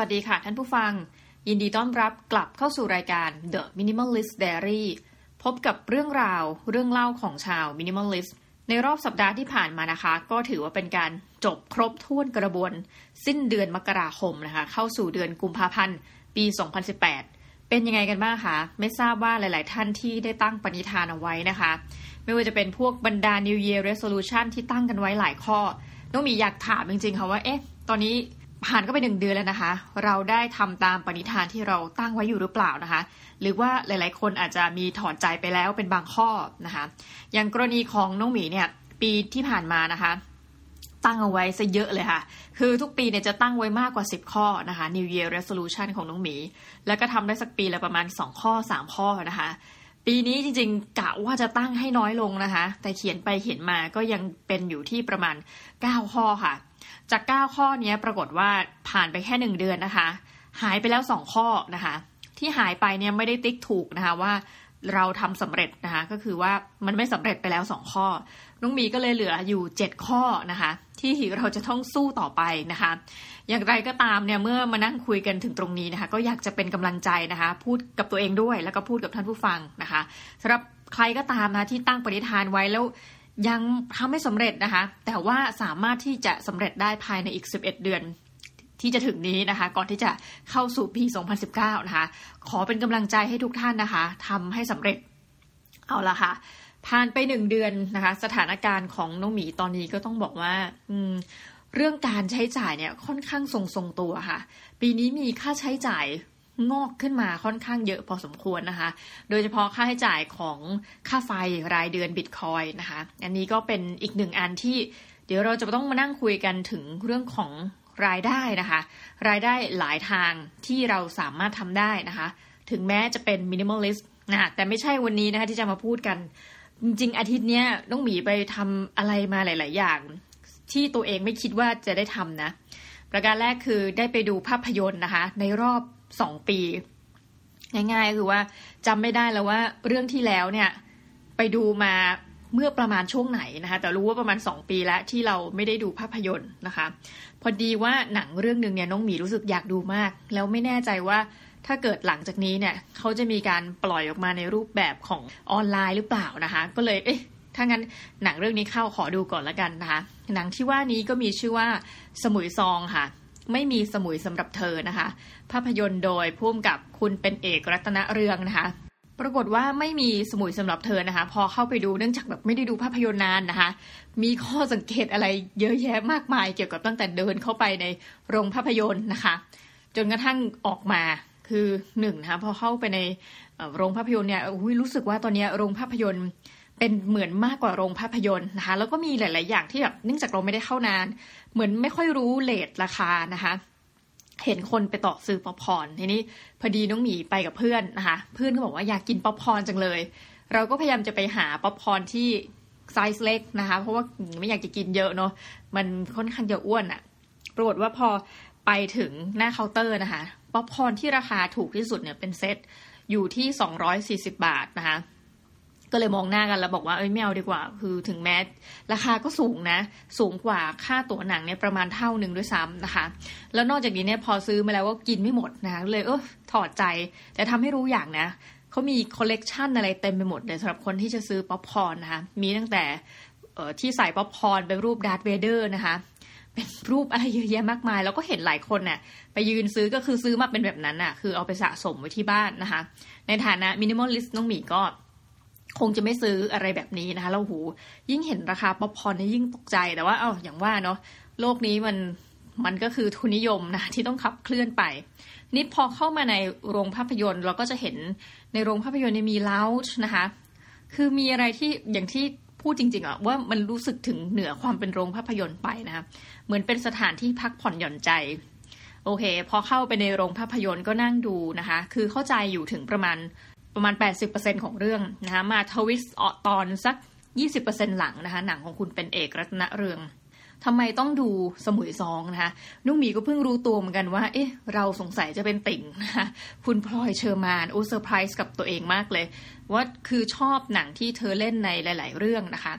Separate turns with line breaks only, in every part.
วัสดีค่ะท่านผู้ฟังยินดีต้อนรับกลับเข้าสู่รายการ The Minimalist Diary พบกับเรื่องราวเรื่องเล่าของชาว Minimalist ในรอบสัปดาห์ที่ผ่านมานะคะก็ถือว่าเป็นการจบครบถ้วนกระบวนสิ้นเดือนมกราคมนะคะเข้าสู่เดือนกุมภาพันธ์ปี 2018 เป็นยังไงกันบ้างคะไม่ทราบว่าหลายๆท่านที่ได้ตั้งปณิธานเอาไว้นะคะไม่ว่าจะเป็นพวกบรรดา New Year Resolution ที่ตั้งกันไว้หลายข้อน้องมีอยากถามจริงๆค่ะว่าตอนนี้ผ่านก็ไป1 เดือนแล้วนะคะเราได้ทำตามปณิธานที่เราตั้งไว้อยู่หรือเปล่านะคะหรือว่าหลายๆคนอาจจะมีถอนใจไปแล้วเป็นบางข้อนะคะอย่างกรณีของน้องหมีเนี่ยปีที่ผ่านมานะคะตั้งเอาไว้ซะเยอะเลยค่ะคือทุกปีเนี่ยจะตั้งไว้มากกว่า10ข้อนะคะ New Year Resolution ของน้องหมีแล้วก็ทำได้สักปีละประมาณ2ข้อ3ข้อนะคะปีนี้จริงๆกะว่าจะตั้งให้น้อยลงนะคะแต่เขียนไปเขียนมาก็ยังเป็นอยู่ที่ประมาณ9ข้อค่ะจาก9ข้อนี้ปรากฏว่าผ่านไปแค่1 เดือนนะคะหายไปแล้ว2ข้อนะคะที่หายไปเนี่ยไม่ได้ติ๊กถูกนะคะว่าเราทำสำเร็จนะคะก็คือว่ามันไม่สำเร็จไปแล้ว2ข้อน้องมีก็เลยเหลืออยู่7ข้อนะคะที่เราจะต้องสู้ต่อไปนะคะอย่างไรก็ตามเนี่ยเมื่อมานั่งคุยกันถึงตรงนี้นะคะก็อยากจะเป็นกำลังใจนะคะพูดกับตัวเองด้วยแล้วก็พูดกับท่านผู้ฟังนะคะสำหรับใครก็ตามนะที่ตั้งปณิธานไว้แล้วยังทำไม่สำเร็จนะคะแต่ว่าสามารถที่จะสำเร็จได้ภายในอีก11 เดือนที่จะถึงนี้นะคะก่อนที่จะเข้าสู่ปี 2019 นะคะขอเป็นกำลังใจให้ทุกท่านนะคะทำให้สำเร็จเอาละค่ะผ่านไป1 เดือนนะคะสถานการณ์ของน้องหมีตอนนี้ก็ต้องบอกว่าเรื่องการใช้จ่ายเนี่ยค่อนข้างทรงตัวค่ะปีนี้มีค่าใช้จ่ายงอกขึ้นมาค่อนข้างเยอะพอสมควรนะคะโดยเฉพาะค่าใช้จ่ายของค่าไฟรายเดือน Bitcoin นะคะอันนี้ก็เป็นอีก1 อันที่เดี๋ยวเราจะต้องมานั่งคุยกันถึงเรื่องของรายได้นะคะรายได้หลายทางที่เราสามารถทำได้นะคะถึงแม้จะเป็น Minimalist นะแต่ไม่ใช่วันนี้นะคะที่จะมาพูดกันจริงๆอาทิตย์นี้น้องหมีไปทำอะไรมาหลายๆอย่างที่ตัวเองไม่คิดว่าจะได้ทำนะประการแรกคือได้ไปดูภาพยนตร์นะคะในรอบ2 ปีง่ายๆคือว่าจำไม่ได้แล้วว่าเรื่องที่แล้วเนี่ยไปดูมาเมื่อประมาณช่วงไหนนะคะแต่รู้ว่าประมาณ2 ปีแล้วที่เราไม่ได้ดูภาพยนตร์นะคะพอดีว่าหนังเรื่องนึงเนี่ยน้องหมีรู้สึกอยากดูมากแล้วไม่แน่ใจว่าถ้าเกิดหลังจากนี้เนี่ยเขาจะมีการปล่อยออกมาในรูปแบบของออนไลน์หรือเปล่านะคะก็เลยถ้างั้นหนังเรื่องนี้เข้าขอดูก่อนละกันนะคะหนังที่ว่านี้ก็มีชื่อว่าสมุยซองค่ะไม่มีสมุยสำหรับเธอนะคะภาพยนตร์โดยผู้กำกับคุณเป็นเอกรัตนเรืองนะคะปรากฏว่าไม่มีสมุยสำหรับเธอนะคะพอเข้าไปดูเนื่องจากแบบไม่ได้ดูภาพยนตร์นานนะคะมีข้อสังเกตอะไรเยอะแยะมากมายเกี่ยวกับตั้งแต่เดินเข้าไปในโรงภาพยนตร์นะคะจนกระทั่งออกมาคือ1นะคะพอเข้าไปในโรงภาพยนตร์เนี่ยรู้สึกว่าตอนนี้โรงภาพยนตร์เป็นเหมือนมากกว่าโรงภาพยนตร์นะคะแล้วก็มีหลายๆอย่างที่แบบเนื่องจากเราไม่ได้เข้านานเหมือนไม่ค่อยรู้เรทราคานะคะเห็นคนไปต่อซื้อป๊อปคอร์นทีนี้พอดีน้องหมีไปกับเพื่อนนะคะเพื่อนก็บอกว่าอยากกินป๊อปคอร์นจังเลยเราก็พยายามจะไปหาป๊อปคอร์นที่ไซส์เล็กนะคะเพราะว่าไม่อยากจะกินเยอะเนาะมันค่อนข้างจะอ้วนอะปรากฏว่าพอไปถึงหน้าเคาน์เตอร์นะคะป๊อปคอร์นที่ราคาถูกที่สุดเนี่ยเป็นเซตอยู่ที่240 บาทนะคะก็เลยมองหน้ากันแล้วบอกว่าไม่เอาดีกว่าคือถึงแม้ราคาก็สูงนะสูงกว่าค่าตั๋วหนังเนี่ยประมาณเท่านึงด้วยซ้ำนะคะแล้วนอกจากนี้เนี่ยพอซื้อมาแล้วก็กินไม่หมดนะคะเลยถอดใจแต่ทำให้รู้อย่างนะเขามีคอลเลกชันอะไรเต็มไปหมดเลยสำหรับคนที่จะซื้อป๊อปคอร์นนะคะมีตั้งแต่ที่ใส่ป๊อปคอร์นเป็นรูปดาร์ธเวเดอร์นะคะเป็นรูปอะไรเยอะแยะมากมายแล้วก็เห็นหลายคนน่ะไปยืนซื้อก็คือซื้อมาเป็นแบบนั้นน่ะคือเอาไปสะสมไว้ที่บ้านนะคะในฐานะมินิมอลลิสต์น้องหมีก็คงจะไม่ซื้ออะไรแบบนี้นะคะแล้วยิ่งเห็นราคาป๊อปคอร์นนี่ยิ่งตกใจแต่ว่าอย่างว่าเนาะโลกนี้มันก็คือทุนนิยมนะที่ต้องขับเคลื่อนไปนี่พอเข้ามาในโรงภาพยนตร์เราก็จะเห็นในโรงภาพยนตร์มีลาวจ์นะคะคือมีอะไรที่อย่างที่พูดจริงๆว่ามันรู้สึกถึงเหนือความเป็นโรงภาพยนตร์ไปนะคะเหมือนเป็นสถานที่พักผ่อนหย่อนใจโอเคพอเข้าไปในโรงภาพยนตร์ก็นั่งดูนะคะคือเข้าใจอยู่ถึงประมาณ 80% ของเรื่องนะคะมาทวิสต์ตอนสัก 20% หลังนะคะหนังของคุณเป็นเอกรัตนเรืองทำไมต้องดูสมุยซองนะคะนุ่งหมีก็เพิ่งรู้ตัวเหมือนกันว่าเราสงสัยจะเป็นติ่งนะคะคุณพลอยเชอร์มานเซอร์ไพรส์กับตัวเองมากเลยว่าคือชอบหนังที่เธอเล่นในหลายๆเรื่องนะคะ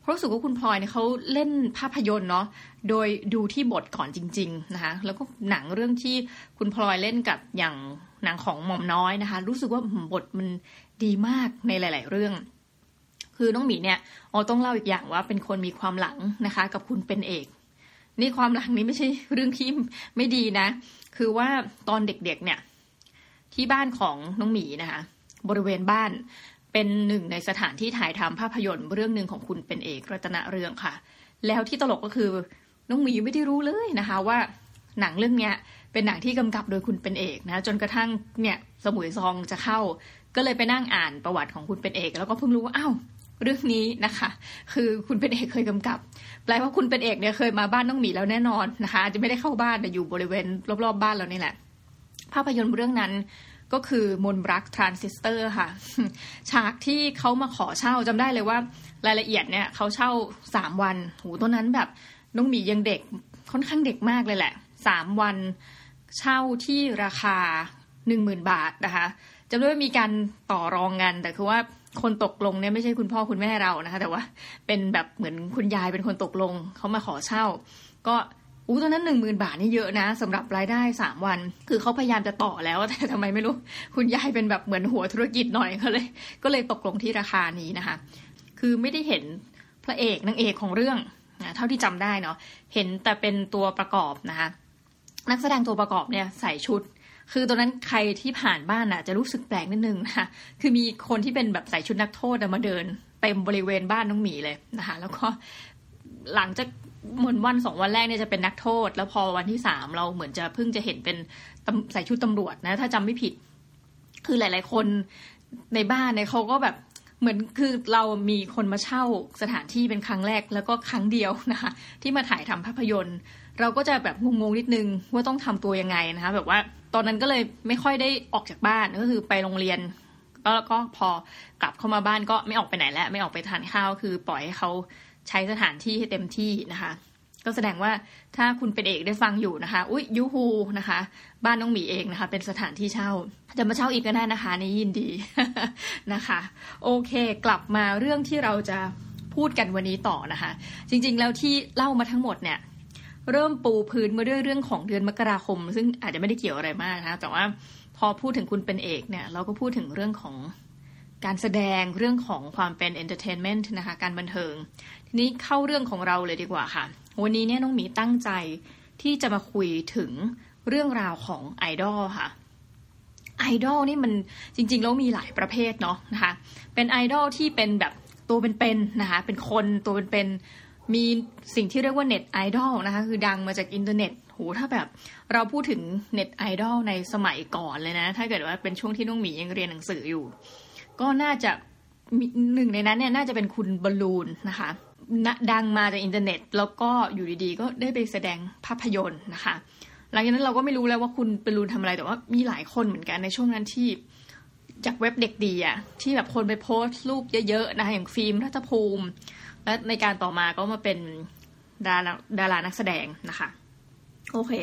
เพราะรู้สึกว่าคุณพลอยเนี่ยเขาเล่นภาพยนตร์เนาะโดยดูที่บทก่อนจริงๆนะคะแล้วก็หนังเรื่องที่คุณพลอยเล่นกับอย่างหนังของหม่อมน้อยนะคะรู้สึกว่าบทมันดีมากในหลายๆเรื่องคือน้องหมีเนี่ยต้องเล่าอีกอย่างว่าเป็นคนมีความหลังนะคะกับคุณเป็นเอกนี่ความหลังนี้ไม่ใช่เรื่องที่ไม่ดีนะคือว่าตอนเด็กๆเนี่ยที่บ้านของน้องหมีนะคะบริเวณบ้านเป็นหนึ่งในสถานที่ถ่ายทำภาพยนตร์เรื่องหนึ่งของคุณเป็นเอกรัตนเรืองค่ะแล้วที่ตลกก็คือน้องหมีไม่ได้รู้เลยนะคะว่าหนังเรื่องนี้เป็นหนังที่กำกับโดยคุณเป็นเอกนะจนกระทั่งเนี่ยสมุยซองจะเข้าก็เลยไปนั่งอ่านประวัติของคุณเป็นเอกแล้วก็เพิ่งรู้ว่าอ้าวเรื่องนี้นะคะคือคุณเป็นเอกเคยกำกับแปลว่าคุณเป็นเอกเนี่ยเคยมาบ้านน้องหมีแล้วแน่นอนนะคะอาจจะไม่ได้เข้าบ้านแต่อยู่บริเวณรอบๆบ้านเรานี่แหละภาพยนตร์เรื่องนั้นก็คือมนต์รักทรานซิสเตอร์ค่ะฉากที่เขามาขอเช่าจำได้เลยว่ารายละเอียดเนี่ยเขาเช่า3วันโหตอนนั้นแบบน้องหมียังเด็กค่อนข้างเด็กมากเลยแหละ3วันเช่าที่ราคา 10,000 บาทนะคะจำได้ว่ามีการต่อรองกันแต่คือว่าคนตกลงเนี่ยไม่ใช่คุณพ่อคุณแม่เรานะคะแต่ว่าเป็นแบบเหมือนคุณยายเป็นคนตกลงเขามาขอเช่าก็ตอนนั้น 10,000 บาทนี่เยอะนะสำหรับรายได้3วันคือเขาพยายามจะต่อแล้วแต่ทำไมไม่รู้คุณยายเป็นแบบเหมือนหัวธุรกิจหน่อยก็เลยตกลงที่ราคานี้นะคะคือไม่ได้เห็นพระเอกนางเอกของเรื่องเท่าที่จำได้เนาะเห็นแต่เป็นตัวประกอบนะคะนักแสดงตัวประกอบเนี่ยใส่ชุดคือตอนนั้นใครที่ผ่านบ้านน่ะจะรู้สึกแปลกนิดนึงนะคะคือมีคนที่เป็นแบบใส่ชุดนักโทษมาเดินเต็มบริเวณบ้านน้องหมีเลยนะคะแล้วก็หลังจากเหมือนวัน2วันแรกเนี่ยจะเป็นนักโทษแล้วพอวันที่3เราเหมือนจะเพิ่งจะเห็นเป็นใส่ชุดตำรวจนะถ้าจำไม่ผิดคือหลายๆคนในบ้านเนี่ยเขาก็แบบเหมือนคือเรามีคนมาเช่าสถานที่เป็นครั้งแรกแล้วก็ครั้งเดียวนะคะที่มาถ่ายทำภาพยนตร์เราก็จะแบบงงๆนิดนึงว่าต้องทำตัวยังไงนะคะแบบว่าตอนนั้นก็เลยไม่ค่อยได้ออกจากบ้านก็คือไปโรงเรียนแล้วก็พอกลับเข้ามาบ้านก็ไม่ออกไปไหนแล้วไม่ออกไปทานข้าวคือปล่อยให้เขาใช้สถานที่ให้เต็มที่นะคะก็แสดงว่าถ้าคุณเป็นเอกได้ฟังอยู่นะคะอุ๊ยยูฮูนะคะบ้านน้องหมีเองนะคะเป็นสถานที่เช่าจะมาเช่าอีกก็ได้นะคะในยินดี นะคะโอเคกลับมาเรื่องที่เราจะพูดกันวันนี้ต่อนะคะจริงๆแล้วที่เล่ามาทั้งหมดเนี่ยเริ่มปูพื้นมาด้วยเรื่องของเดือนมกราคมซึ่งอาจจะไม่ได้เกี่ยวอะไรมากนะคะแต่ว่าพอพูดถึงคุณเป็นเอกเนี่ยเราก็พูดถึงเรื่องของการแสดงเรื่องของความเป็น entertainment นะคะการบันเทิงทีนี้เข้าเรื่องของเราเลยดีกว่าค่ะวันนี้เนี่ยน้องหมีตั้งใจที่จะมาคุยถึงเรื่องราวของไอดอลค่ะไอดอลนี่มันจริงๆแล้วมีหลายประเภทเนาะนะคะเป็นไอดอลที่เป็นแบบตัวเป็นๆนะคะเป็นคนตัวเป็นๆมีสิ่งที่เรียกว่าเน็ตไอดอลนะคะคือดังมาจากอินเทอร์เน็ตโหถ้าแบบเราพูดถึงเน็ตไอดอลในสมัยก่อนเลยนะถ้าเกิดว่าเป็นช่วงที่น้องหมียังเรียนหนังสืออยู่ก็น่าจะหนึ่งในนั้นเนี่ยน่าจะเป็นคุณบอลลูนนะคะดังมาจากอินเทอร์เน็ตแล้วก็อยู่ดีๆก็ได้ไปแสดงภาพยนตร์นะคะหลังจากนั้นเราก็ไม่รู้แล้วว่าคุณบอลลูนทำอะไรแต่ว่ามีหลายคนเหมือนกันในช่วงนั้นที่จากเว็บเด็กดีอ่ะที่แบบคนไปโพสต์รูปเยอะๆนะคะอย่างฟิล์มรัฐภูมิและในการต่อมาก็มาเป็นดารานักแสดงนะคะโอเค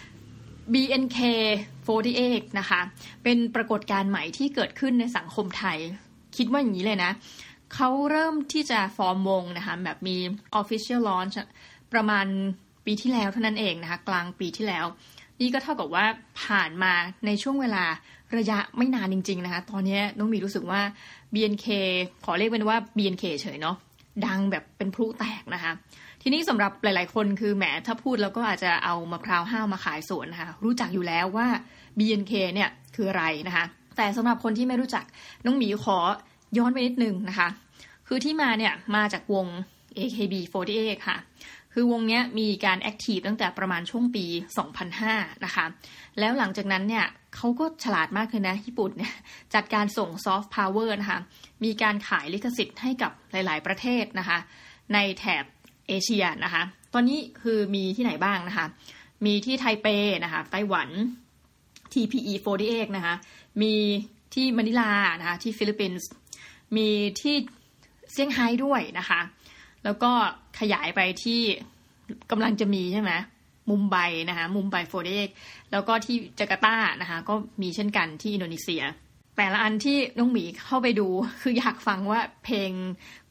BNK48 นะคะเป็นปรากฏการณ์ใหม่ที่เกิดขึ้นในสังคมไทยคิดว่าอย่างนี้เลยนะเขาเริ่มที่จะฟอร์มวงนะคะแบบมี official launch ประมาณปีที่แล้วเท่านั้นเองนะคะกลางปีที่แล้วนี่ก็เท่ากับว่าผ่านมาในช่วงเวลาระยะไม่นานจริงๆนะคะตอนนี้น้องมีรู้สึกว่า BNK ขอเรียกเป็นว่า BNK เฉยเนาะดังแบบเป็นพลุแตกนะคะทีนี้สำหรับหลายๆคนคือแหมถ้าพูดแล้วก็อาจจะเอามะพร้าวห้าวมาขายสวนนะคะรู้จักอยู่แล้วว่า BNK เนี่ยคืออะไรนะคะแต่สำหรับคนที่ไม่รู้จักน้องหมีขอย้อนไปนิดนึงนะคะคือที่มาเนี่ยมาจากวง AKB48 ค่ะคือวงเนี้ยมีการแอคทีฟตั้งแต่ประมาณช่วงปี 2005 นะคะแล้วหลังจากนั้นเนี่ยเขาก็ฉลาดมากเลยนะญี่ปุ่นเนี่ยจัดการส่งซอฟต์พาวเวอร์นะคะมีการขายลิขสิทธิ์ให้กับหลายๆประเทศนะคะในแถบเอเชียนะคะตอนนี้คือมีที่ไหนบ้างนะคะมีที่ไทเปนะคะไต้หวัน TPE48 นะคะมีที่มะนิลานะคะที่ฟิลิปปินส์มีที่เซี่ยงไฮ้ด้วยนะคะแล้วก็ขยายไปที่กำลังจะมีใช่ไหมมุมไบนะคะมุมไบ48แล้วก็ที่จาการ์ตานะคะก็มีเช่นกันที่อินโดนีเซียแต่ละอันที่น้องหมีเข้าไปดูคืออยากฟังว่าเพลง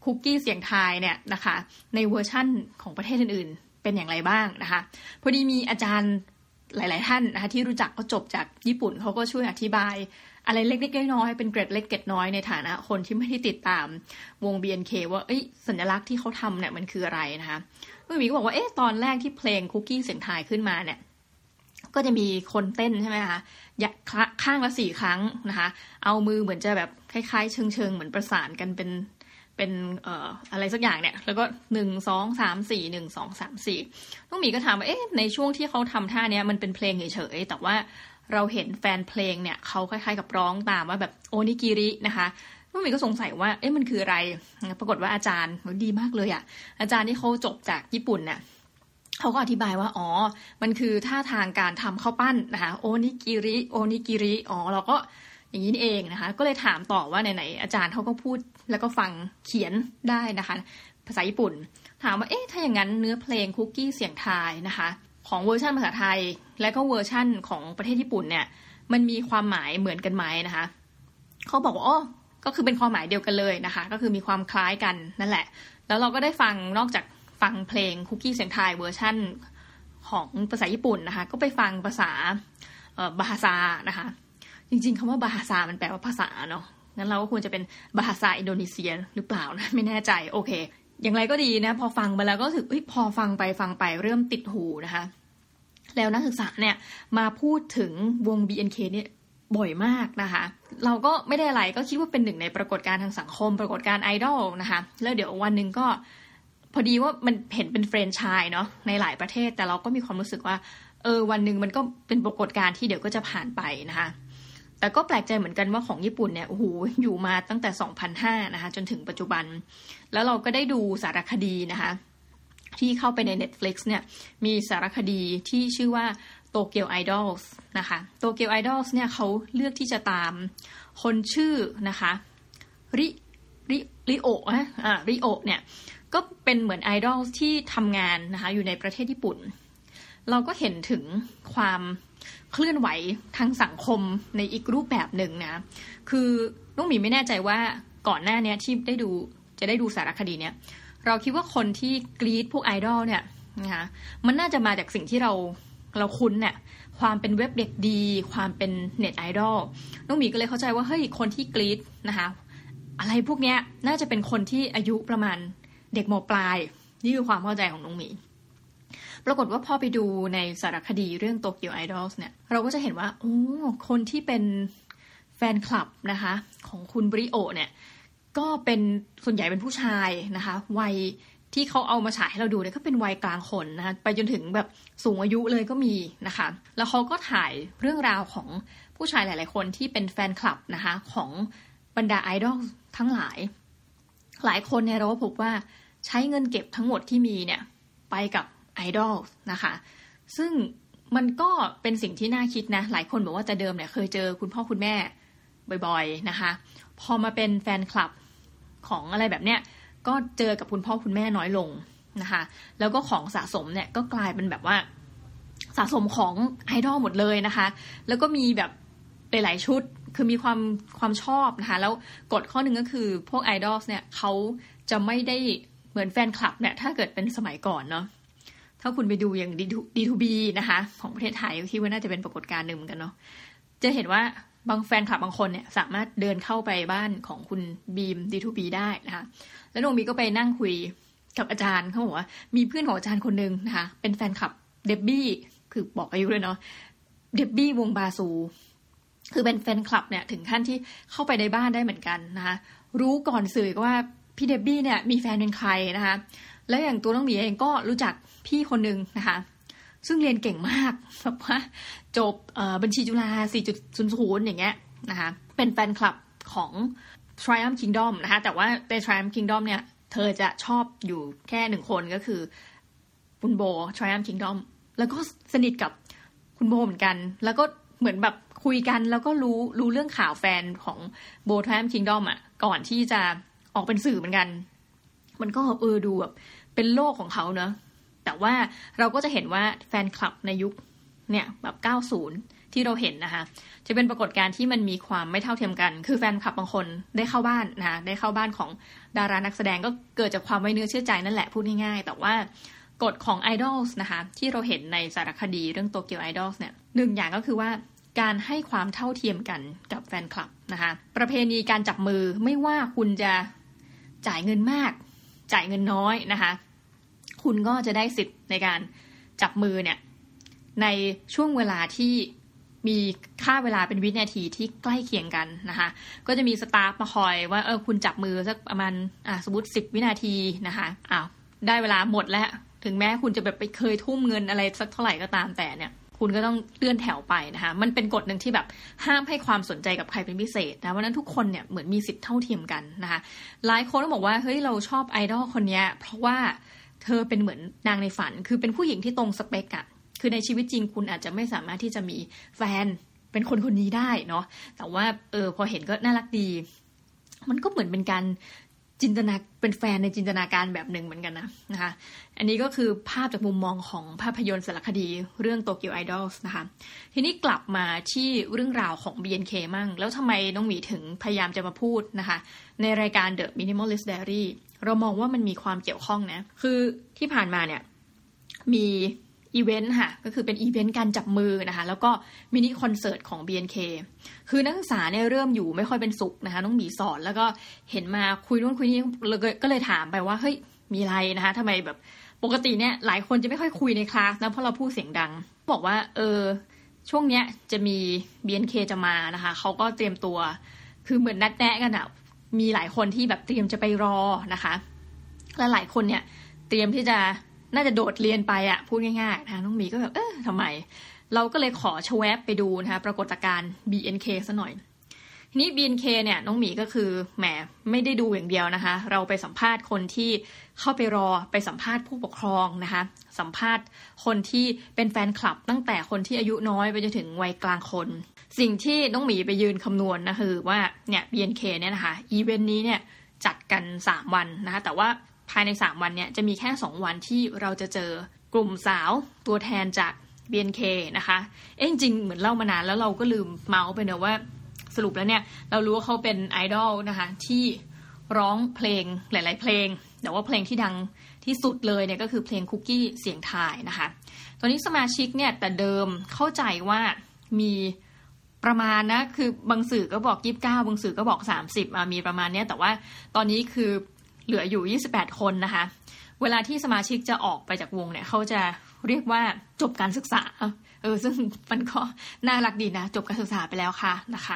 คุกกี้เสียงทายเนี่ยนะคะในเวอร์ชั่นของประเทศอื่นๆเป็นอย่างไรบ้างนะคะพอดีมีอาจารย์หลายๆท่านนะคะที่รู้จักก็จบจากญี่ปุ่นเขาก็ช่วยอธิบายอะไรเล็กๆน้อยๆเป็นเกร็ดเล็กเกร็ดน้อยในฐานะคนที่ไม่ได้ติดตามวง BNK ว่าสัญลักษณ์ที่เขาทำเนี่ยมันคืออะไรนะคะพี่หมีก็บอกว่าตอนแรกที่เพลงคุกกี้เสียงทายขึ้นมาเนี่ยก็จะมีคนเต้นใช่ไหมคะข้างละ4 ครั้งนะคะเอามือเหมือนจะแบบคล้ายๆเชิงเหมือนประสานกันเป็นอะไรสักอย่างเนี่ยแล้วก็1 2 3 4 1 2 3 4น้องหมีก็ถามว่าในช่วงที่เขาทำท่านี้มันเป็นเพลงเฉยๆแต่ว่าเราเห็นแฟนเพลงเนี่ยเขาคล้ายๆกับร้องตามว่าแบบโอนิกิรินะคะน้องหมีก็สงสัยว่ามันคืออะไรปรากฏว่าอาจารย์ดีมากเลยอ่ะอาจารย์ที่เขาจบจากญี่ปุ่นเนี่ยเขาก็อธิบายว่ามันคือท่าทางการทำข้าวปั้นนะคะโอนิกิริเราก็อย่างนี้เองนะคะก็เลยถามต่อว่าไหนๆอาจารย์เขาก็พูดแล้วก็ฟังเขียนได้นะคะภาษาญี่ปุ่นถามว่าถ้าอย่างนั้นเนื้อเพลงคุกกี้เสียงทายนะคะของเวอร์ชันภาษาไทยและก็เวอร์ชันของประเทศญี่ปุ่นเนี่ยมันมีความหมายเหมือนกันไหมนะคะเขาบอกว่าก็คือเป็นความหมายเดียวกันเลยนะคะก็คือมีความคล้ายกันนั่นแหละแล้วเราก็ได้ฟังนอกจากฟังเพลงคุกกี้เสียงทายเวอร์ชันของภาษาญี่ปุ่นนะคะก็ไปฟังภาษาบาฮาซานะคะจริงๆคำว่าบาฮาซามันแปลว่าภาษาเนาะงั้นเราก็ควรจะเป็นบาฮาซาอินโดนีเซียหรือเปล่านะไม่แน่ใจโอเคอย่างไรก็ดีนะพอฟังไปแล้วก็รู้สึกพอฟังไปเริ่มติดหูนะคะแล้วนักศึกษาเนี่ยมาพูดถึงวง BNK เนี่ยบ่อยมากนะคะเราก็ไม่ได้อะไรก็คิดว่าเป็นหนึ่งในปรากฏการณ์ทางสังคมปรากฏการณ์ไอดอลนะคะแล้วเดี๋ยววันนึงก็พอดีว่ามันเห็นเป็นแฟรนไชส์เนาะในหลายประเทศแต่เราก็มีความรู้สึกว่าวันนึงมันก็เป็นปรากฏการณ์ที่เดี๋ยวก็จะผ่านไปนะคะแต่ก็แปลกใจเหมือนกันว่าของญี่ปุ่นเนี่ยโอ้โหอยู่มาตั้งแต่ 2005 นะคะจนถึงปัจจุบันแล้วเราก็ได้ดูสารคดีนะคะที่เข้าไปใน Netflix เนี่ยมีสารคดีที่ชื่อว่า Tokyo Idols นะคะ Tokyo Idols เนี่ยเขาเลือกที่จะตามคนชื่อนะคะริโอะเนี่ยก็เป็นเหมือนไอดอลที่ทำงานนะคะอยู่ในประเทศญี่ปุ่นเราก็เห็นถึงความเคลื่อนไหวทางสังคมในอีกรูปแบบหนึ่งนะคือน้องหมีไม่แน่ใจว่าก่อนหน้านี้ที่จะได้ดูสารคดีเนี่ยเราคิดว่าคนที่กรี๊ดพวกไอดอลเนี่ยนะคะมันน่าจะมาจากสิ่งที่เราคุ้นเนี่ยความเป็นเว็บเด็กดีความเป็นเน็ตไอดอลน้องหมีก็เลยเข้าใจว่าคนที่กรี๊ดนะคะอะไรพวกเนี้ยน่าจะเป็นคนที่อายุประมาณเด็กม.ปลายนี่คือความเข้าใจของน้องหมีปรากฏว่าพอไปดูในสารคดีเรื่อง Tokyo Idols เนี่ยเราก็จะเห็นว่าคนที่เป็นแฟนคลับนะคะของคุณบริโอเนี่ยก็เป็นส่วนใหญ่เป็นผู้ชายนะคะวัยที่เขาเอามาฉายให้เราดูเนี่ยก็เป็นวัยกลางคนนะคะไปจนถึงแบบสูงอายุเลยก็มีนะคะแล้วเขาก็ถ่ายเรื่องราวของผู้ชายหลายๆคนที่เป็นแฟนคลับนะคะของบรรดาไอดอลทั้งหลายคนเนี่ยเราก็พบว่าใช้เงินเก็บทั้งหมดที่มีเนี่ยไปกับไอดอลนะคะซึ่งมันก็เป็นสิ่งที่น่าคิดนะหลายคนบอกว่าแต่เดิมเนี่ยเคยเจอคุณพ่อคุณแม่บ่อยๆนะคะพอมาเป็นแฟนคลับของอะไรแบบเนี้ยก็เจอกับคุณพ่อคุณแม่น้อยลงนะคะแล้วก็ของสะสมเนี่ยก็กลายเป็นแบบว่าสะสมของไอดอลหมดเลยนะคะแล้วก็มีแบบหลายๆชุดคือมีความชอบนะคะแล้วกฎข้อหนึ่งก็คือพวกไอดอลเนี่ยเขาจะไม่ได้เหมือนแฟนคลับเนี่ยถ้าเกิดเป็นสมัยก่อนเนาะถ้าคุณไปดูอย่าง D2B นะคะของประเทศไทยคิดว่าน่าจะเป็นปรากฏการณ์หนึ่งเหมือนกันเนาะจะเห็นว่าบางแฟนคลับบางคนเนี่ยสามารถเดินเข้าไปบ้านของคุณบีม D2B ได้นะคะแล้วน้องบีก็ไปนั่งคุยกับอาจารย์เขาบอกว่ามีเพื่อนของอาจารย์คนนึงนะคะเป็นแฟนคลับเดบบี้คือบอกอายุเลยเนาะเดบบี้วงบาซูคือเป็นแฟนคลับเนี่ยถึงขั้นที่เข้าไปในบ้านได้เหมือนกันนะคะรู้ก่อนสื่อว่าพี่เดบบี้เนี่ยมีแฟนเป็นใครนะคะแล้วอย่างตัวน้องหมีเองก็รู้จักพี่คนนึงนะคะซึ่งเรียนเก่งมากแบบว่าจบบัญชีจุฬา 4.00 อย่างเงี้ยนะคะเป็นแฟนคลับของ Triumph Kingdom นะคะแต่ว่าใน Triumph Kingdom เนี่ยเธอจะชอบอยู่แค่1คนก็คือคุณโบ Triumph Kingdom แล้วก็สนิทกับคุณโบเหมือนกันแล้วก็เหมือนแบบคุยกันแล้วก็รู้เรื่องข่าวแฟนของโบ Triumph Kingdom อ่ะก่อนที่จะออกเป็นสื่อเหมือนกันมันก็ดูแบบเป็นโลกของเขาเนอะแต่ว่าเราก็จะเห็นว่าแฟนคลับในยุคเนี่ยแบบ90 ที่เราเห็นนะคะจะเป็นปรากฏการณ์ที่มันมีความไม่เท่าเทียมกันคือแฟนคลับบางคนได้เข้าบ้านนะคะได้เข้าบ้านของดารานักแสดงก็เกิดจากความไว้เนื้อเชื่อใจนั่นแหละพูดง่ายๆแต่ว่ากฎของ Idols นะคะที่เราเห็นในสารคดีเรื่อง Tokyo Idols เนี่ยหนึ่งอย่างก็คือว่าการให้ความเท่าเทียมกันกับแฟนคลับนะคะประเพณีการจับมือไม่ว่าคุณจะจ่ายเงินมากจ่ายเงินน้อยนะคะคุณก็จะได้สิทธิ์ในการจับมือเนี่ยในช่วงเวลาที่มีค่าเวลาเป็นวินาทีที่ใกล้เคียงกันนะคะก็จะมีสตาฟมาคอยว่าคุณจับมือสักประมาณสมมติ10 วินาทีนะคะได้เวลาหมดแล้วถึงแม้คุณจะแบบไปเคยทุ่มเงินอะไรสักเท่าไหร่ก็ตามแต่เนี่ยคุณก็ต้องเลื่อนแถวไปนะคะมันเป็นกฎหนึ่งที่แบบห้ามให้ความสนใจกับใครเป็นพิเศษนะเพราะนั้นทุกคนเนี่ยเหมือนมีสิทธิ์เท่าเทียมกันนะคะหลายคนก็บอกว่าเฮ้ยเราชอบไอดอลคนนี้เพราะว่าเธอเป็นเหมือนนางในฝันคือเป็นผู้หญิงที่ตรงสเปคอะคือในชีวิตจริงคุณอาจจะไม่สามารถที่จะมีแฟนเป็นคนนี้ได้เนาะแต่ว่าพอเห็นก็น่ารักดีมันก็เหมือนเป็นการจินตนาเป็นแฟนในจินตนาการแบบหนึ่งเหมือนกันนะคะอันนี้ก็คือภาพจากมุมมองของภาพยนตร์สารคดีเรื่อง Tokyo Idols นะคะทีนี้กลับมาที่เรื่องราวของ BNK มั่งแล้วทำไมน้องหมีถึงพยายามจะมาพูดนะคะในรายการ The Minimalist Diary เรามองว่ามันมีความเกี่ยวข้องนะคือที่ผ่านมาเนี่ยมีอีเวนต์ค่ะก็คือเป็นอีเวนต์การจับมือนะคะแล้วก็มินิคอนเสิร์ตของ BNK คือนักศึกษาเนี่ยเริ่มอยู่ไม่ค่อยเป็นสุขนะคะน้องหมีสอนแล้วก็เห็นมาคุยนู่นคุยนี่ก็เลยถามไปว่าเฮ้ยมีอะไรนะคะทำไมแบบปกติเนี่ยหลายคนจะไม่ค่อยคุยในคลาสนะเพราะเราพูดเสียงดังบอกว่าช่วงเนี้ยจะมี BNK จะมานะคะเขาก็เตรียมตัวคือเหมือนนัดแนะกันอ่ะมีหลายคนที่แบบเตรียมจะไปรอนะคะและหลายคนเนี่ยเตรียมที่จะน่าจะโดดเรียนไปอ่ะพูดง่ายๆนะน้องหมีก็แบบทำไมเราก็เลยขอชแวบไปดูนะคะปรากฏการณ์ BNK ซะหน่อยทีนี้ BNK เนี่ยน้องหมีก็คือแหมไม่ได้ดูอย่างเดียวนะคะเราไปสัมภาษณ์คนที่เข้าไปรอไปสัมภาษณ์ผู้ปกครองนะคะสัมภาษณ์คนที่เป็นแฟนคลับตั้งแต่คนที่อายุน้อยไปจนถึงวัยกลางคนสิ่งที่น้องหมีไปยืนคำนวณนะคือว่าเนี่ย BNK เนี่ยนะคะอีเวนต์นี้เนี่ยจัดกัน3วันนะคะแต่ว่าภายใน3วันเนี่ยจะมีแค่2วันที่เราจะเจอกลุ่มสาวตัวแทนจาก BNK นะคะจริงๆเหมือนเล่ามานานแล้วเราก็ลืมเมาส์ไปเนอะว่าสรุปแล้วเนี่ยเรารู้ว่าเขาเป็นไอดอลนะคะที่ร้องเพลงหลายๆเพลงแต่ว่าเพลงที่ดังที่สุดเลยเนี่ยก็คือเพลงคุกกี้เสียงทายนะคะตอนนี้สมาชิกเนี่ยแต่เดิมเข้าใจว่ามีประมาณนะคือบางสื่อก็บอก29บางสื่อก็บอก30มีประมาณเนี้ยแต่ว่าตอนนี้คือเหลืออยู่28คนนะคะเวลาที่สมาชิกจะออกไปจากวงเนี่ยเขาจะเรียกว่าจบการศึกษาซึ่งมันก็น่ารักดีนะจบการศึกษาไปแล้วค่ะนะคะ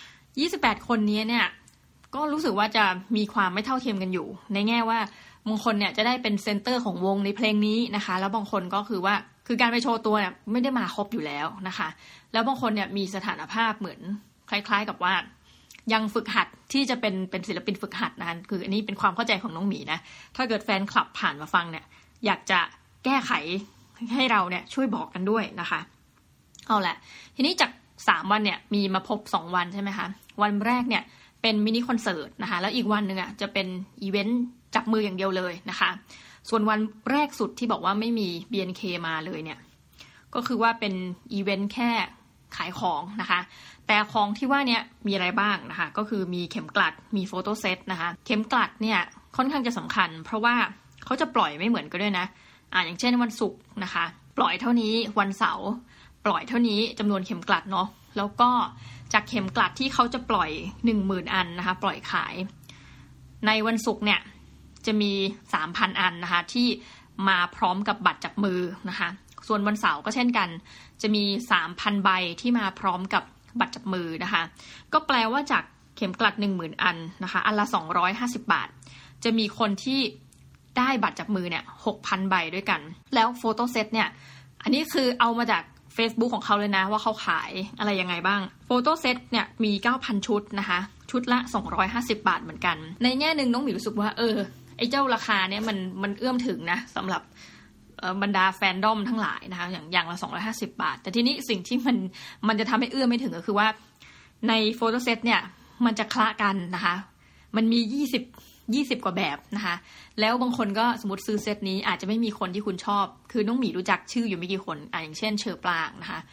28คนนี้เนี่ยก็รู้สึกว่าจะมีความไม่เท่าเทียมกันอยู่ในแง่ว่าบางคนเนี่ยจะได้เป็นเซนเตอร์ของวงในเพลงนี้นะคะแล้วบางคนก็คือว่าคือการไปโชว์ตัวเนี่ยไม่ได้มาครบอยู่แล้วนะคะแล้วบางคนเนี่ยมีสถานภาพเหมือนคล้ายๆกับว่ายังฝึกหัดที่จะเป็นศิลปินฝึกหัดนะคะคืออันนี้เป็นความเข้าใจของน้องหมีนะถ้าเกิดแฟนคลับผ่านมาฟังเนี่ยอยากจะแก้ไขให้เราเนี่ยช่วยบอกกันด้วยนะคะเอาละทีนี้จาก3วันเนี่ยมีมาพบ2วันใช่ไหมคะวันแรกเนี่ยเป็นมินิคอนเสิร์ตนะคะแล้วอีกวันนึงอ่ะจะเป็นอีเวนต์จับมืออย่างเดียวเลยนะคะส่วนวันแรกสุดที่บอกว่าไม่มี BNK มาเลยเนี่ยก็คือว่าเป็นอีเวนต์แค่ขายของนะคะแต่ของที่ว่าเนี่ยมีอะไรบ้างนะคะก็คือมีเข็มกลัดมีโฟโต้เซตนะคะเข็มกลัดเนี่ยค่อนข้างจะสำคัญเพราะว่าเขาจะปล่อยไม่เหมือนกันด้วยนะอย่างเช่นวันศุกร์นะคะปล่อยเท่านี้วันเสาร์ปล่อยเท่านี้จำนวนเข็มกลัดเนาะแล้วก็จากเข็มกลัดที่เขาจะปล่อย 10,000 อันนะคะปล่อยขายในวันศุกร์เนี่ยจะมี 3,000 อันนะคะที่มาพร้อมกับบัตรจับมือนะคะส่วนวันเสาร์ก็เช่นกันจะมี 3,000 ใบที่มาพร้อมกับบัตรจับมือนะคะก็แปลว่าจากเข็มกลัด 10,000 อันนะคะอันละ250 บาทจะมีคนที่ได้บัตรจับมือเนี่ย 6,000 ใบด้วยกันแล้วโฟโต้เซตเนี่ยอันนี้คือเอามาจาก Facebook ของเขาเลยนะว่าเขาขายอะไรยังไงบ้างโฟโต้เซตเนี่ยมี 9,000 ชุดนะคะชุดละ250 บาทเหมือนกันในแง่นึงน้องหมีรู้สึกว่าไอ้เจ้าราคาเนี่ยมันเอื้อมถึงนะสำหรับบรรดาแฟนดอมทั้งหลายนะคะอย่างละ250 บาทแต่ทีนี้สิ่งที่มันจะทำให้เอื้อมไม่ถึงก็คือว่าในโฟโต้เซตเนี่ยมันจะคละกันนะคะมันมี20กว่าแบบนะคะแล้วบางคนก็สมมติซื้อเซตนี้อาจจะไม่มีคนที่คุณชอบคือน้องหมีรู้จักชื่ออยู่ไม่กี่คนอย่างเช่นเชอปรางนะคะ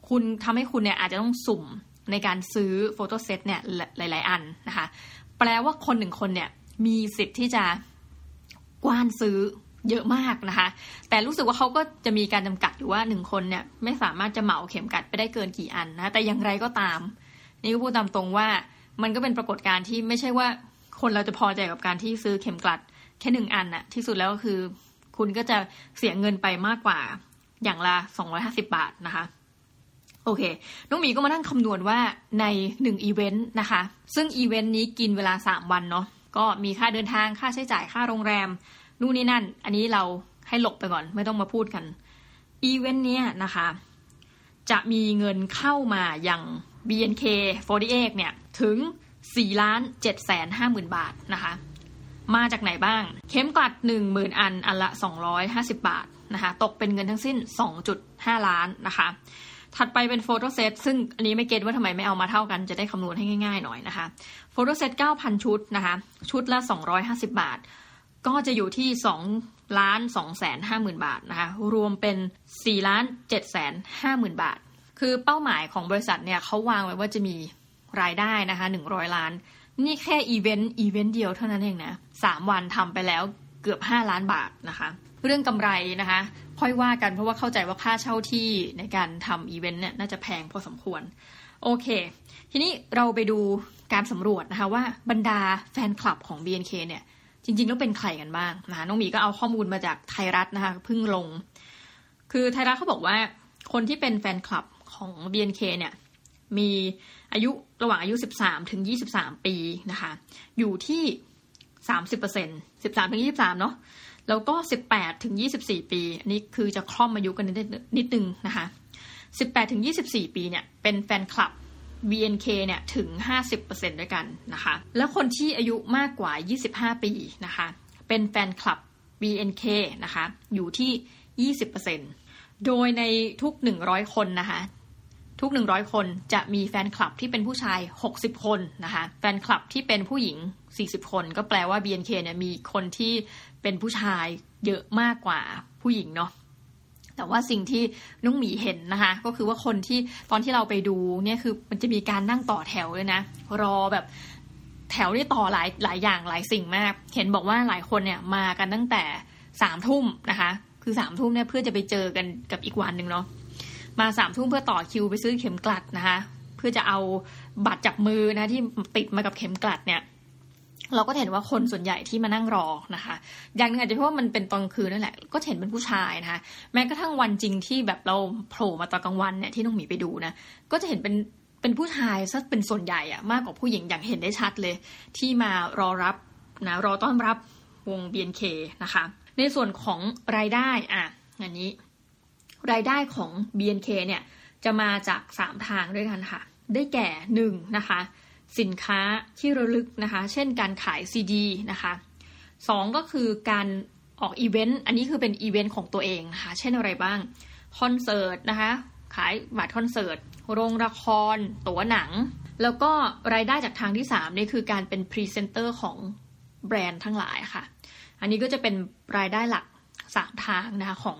คุณทำให้คุณเนี่ยอาจจะต้องสุ่มในการซื้อโฟโต้เซตเนี่ยหลายๆอันนะคะแปลว่าคน1คนเนี่ยมีสิทธิ์ที่จะกว้านซื้อเยอะมากนะคะแต่รู้สึกว่าเขาก็จะมีการจำกัดอยู่ว่า1คนเนี่ยไม่สามารถจะเหมาเข็มกลัดไปได้เกินกี่อันนะแต่อย่างไรก็ตามนี่ก็พูดตามตรงว่ามันก็เป็นปรากฏการณ์ที่ไม่ใช่ว่าคนเราจะพอใจกับการที่ซื้อเข็มกลัดแค่1อันน่ะที่สุดแล้วก็คือคุณก็จะเสียเงินไปมากกว่าอย่างละ250 บาทนะคะโอเคน้องหมีก็มานั่งคำนวณว่าใน1อีเวนต์นะคะซึ่งอีเวนต์นี้กินเวลา3วันเนาะก็มีค่าเดินทางค่าใช้จ่ายค่าโรงแรมนู่นนี่นั่นอันนี้เราให้หลบไปก่อนไม่ต้องมาพูดกันอีเวนต์เนี้ยนะคะจะมีเงินเข้ามาอย่าง BNK48 เนี่ยถึง 4,750,000 บาทนะคะมาจากไหนบ้างเข็มกลัด 10,000 อันอันละ250 บาทนะคะตกเป็นเงินทั้งสิ้น 2.5 ล้านนะคะถัดไปเป็นโฟโต้เซตซึ่งอันนี้ไม่เก็ตว่าทำไมไม่เอามาเท่ากันจะได้คำนวณให้ง่ายๆหน่อยนะคะโฟโต้เซต 9,000 ชุดนะคะชุดละ250 บาทก็จะอยู่ที่ 2,250,000 บาทนะคะรวมเป็น 4,750,000 บาทคือเป้าหมายของบริษัทเนี่ยเขาวางไว้ว่าจะมีรายได้นะคะ100 ล้านนี่แค่อีเวนต์เดียวเท่านั้นเองนะ3วันทำไปแล้วเกือบ5 ล้านบาทนะคะเรื่องกำไรนะคะค่อยว่ากันเพราะว่าเข้าใจว่าค่าเช่าที่ในการทำอีเวนต์เนี่ยน่าจะแพงพอสมควรโอเคทีนี้เราไปดูการสำรวจนะคะว่าบรรดาแฟนคลับของ BNK เนี่ยจริงๆแล้วเป็นใครกันบ้างนะคะน้องหมีก็เอาข้อมูลมาจากไทยรัฐนะคะเพิ่งลงคือไทยรัฐเขาบอกว่าคนที่เป็นแฟนคลับของ BNK เนี่ยมีอายุระหว่างอายุ13ถึง23ปีนะคะอยู่ที่ 30% 13ถึง23เนาะแล้วก็18ถึง24ปีอันนี้คือจะคล่อมอายุกันนิดนึงนะคะ18ถึง24ปีเนี่ยเป็นแฟนคลับ BNK เนี่ยถึง 50% ด้วยกันนะคะแล้วคนที่อายุมากกว่า25ปีนะคะเป็นแฟนคลับ BNK นะคะอยู่ที่ 20% โดยในทุก100คนนะคะทุก100คนจะมีแฟนคลับที่เป็นผู้ชาย60คนนะคะแฟนคลับที่เป็นผู้หญิง40คนก็แปลว่า BNK เนี่ยมีคนที่เป็นผู้ชายเยอะมากกว่าผู้หญิงเนาะแต่ว่าสิ่งที่น้องหมีเห็นนะคะก็คือว่าคนที่ตอนที่เราไปดูเนี่ยคือมันจะมีการนั่งต่อแถวเลยนะรอแบบแถวที่ต่อหลายอย่างหลายสิ่งมากเห็นบอกว่าหลายคนเนี่ยมากันตั้งแต่3 ทุ่มนะคะคือ3 ทุ่มเนี่ยเพื่อจะไปเจอกันกับอีกวันนึงเนาะมา3 ทุ่มเพื่อต่อคิวไปซื้อเข็มกลัดนะคะเพื่อจะเอาบัตรจับมือนะที่ติดมากับเข็มกลัดเนี่ยเราก็เห็นว่าคนส่วนใหญ่ที่มานั่งรอนะคะอย่างนึงอาจจะเพราะว่ามันเป็นตอนคืนนั่นแหละก็เห็นเป็นผู้ชายนะคะแม้กระทั่งวันจริงที่แบบเราโผล่มาตอนกลางวันเนี่ยที่น้องหมีไปดูนะก็จะเห็นเป็นผู้ชายซะเป็นส่วนใหญ่อะมากกว่าผู้หญิงอย่างเห็นได้ชัดเลยที่มารอรับนะรอต้อนรับวง BNK นะคะในส่วนของรายได้อันนี้รายได้ของ BNK เนี่ยจะมาจาก3ทางด้วยกันค่ะได้แก่1นะคะสินค้าที่ระลึกนะคะเช่นการขายซีดีนะคะ2ก็คือการออกอีเวนต์อันนี้คือเป็นอีเวนต์ของตัวเองนะคะเช่นอะไรบ้างคอนเสิร์ตนะคะขายบัตรคอนเสิร์ตโรงละครตั๋วหนังแล้วก็รายได้จากทางที่3นี่คือการเป็นพรีเซนเตอร์ของแบรนด์ทั้งหลายค่ะอันนี้ก็จะเป็นรายได้หลัก3ทางนะคะของ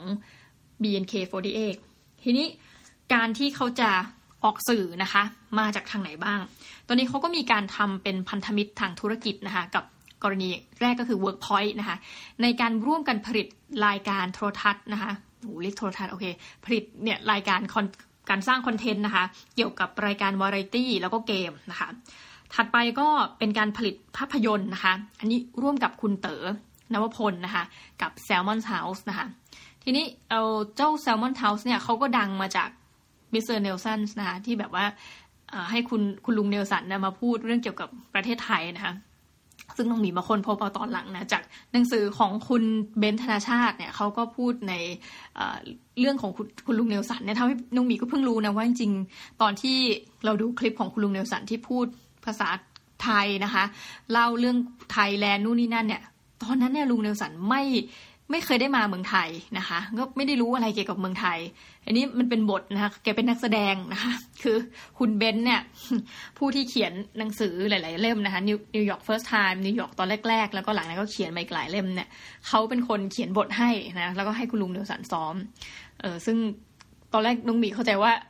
BNK48 ทีนี้การที่เขาจะออกสื่อนะคะมาจากทางไหนบ้างตอนนี้เขาก็มีการทำเป็นพันธมิตรทางธุรกิจนะคะกับกรณีแรกก็คือ Workpoint นะคะในการร่วมกันผลิตรายการโทรทัศน์นะคะเรียกโทรทัศน์โอเคผลิตเนี่ยรายการสร้างคอนเทนต์นะคะเกี่ยวกับรายการวาไรตี้แล้วก็เกมนะคะถัดไปก็เป็นการผลิตภาพยนตร์นะคะอันนี้ร่วมกับคุณเต๋อนวพลนะคะกับ Salmon House นะคะทีนี้เอาเจ้า Salmon House เนี่ยเขาก็ดังมาจากมิสเตอร์เนลสันนะคะที่แบบว่าให้คุณลุงเนลสันมาพูดเรื่องเกี่ยวกับประเทศไทยนะคะซึ่งน้องหมีมาค้นพบเอาตอนหลังนะจากหนังสือของคุณเบนซ์ธนาชาติเนี่ยเขาก็พูดในเรื่องของคุณลุงเนลสันเนี่ยทำให้น้องหมีก็เพิ่งรู้นะว่าจริงๆตอนที่เราดูคลิปของคุณลุงเนลสันที่พูดภาษาไทยนะคะเล่าเรื่องไทยแลนด์นู่นนี่นั่นเนี่ยตอนนั้นเนี่ยลุงเนลสันไม่เคยได้มาเมืองไทยนะคะก็ไม่ได้รู้อะไรเกี่ยวกับเมืองไทยอันนี้มันเป็นบทนะคะแกเป็นนักแสดงนะคะคือคุณเบนซ์เนี่ยผู้ที่เขียนหนังสือหลายๆเล่มนะคะ New York First Time New York ตอนแรกๆแล้วก็หลังนั้นก็เขียนมาอีกหลายเล่มเนี่ยเขาเป็นคนเขียนบทให้นะแล้วก็ให้คุณลุงเนลสันซ้อมซึ่งตอนแรกน้องหมีเข้าใจว่า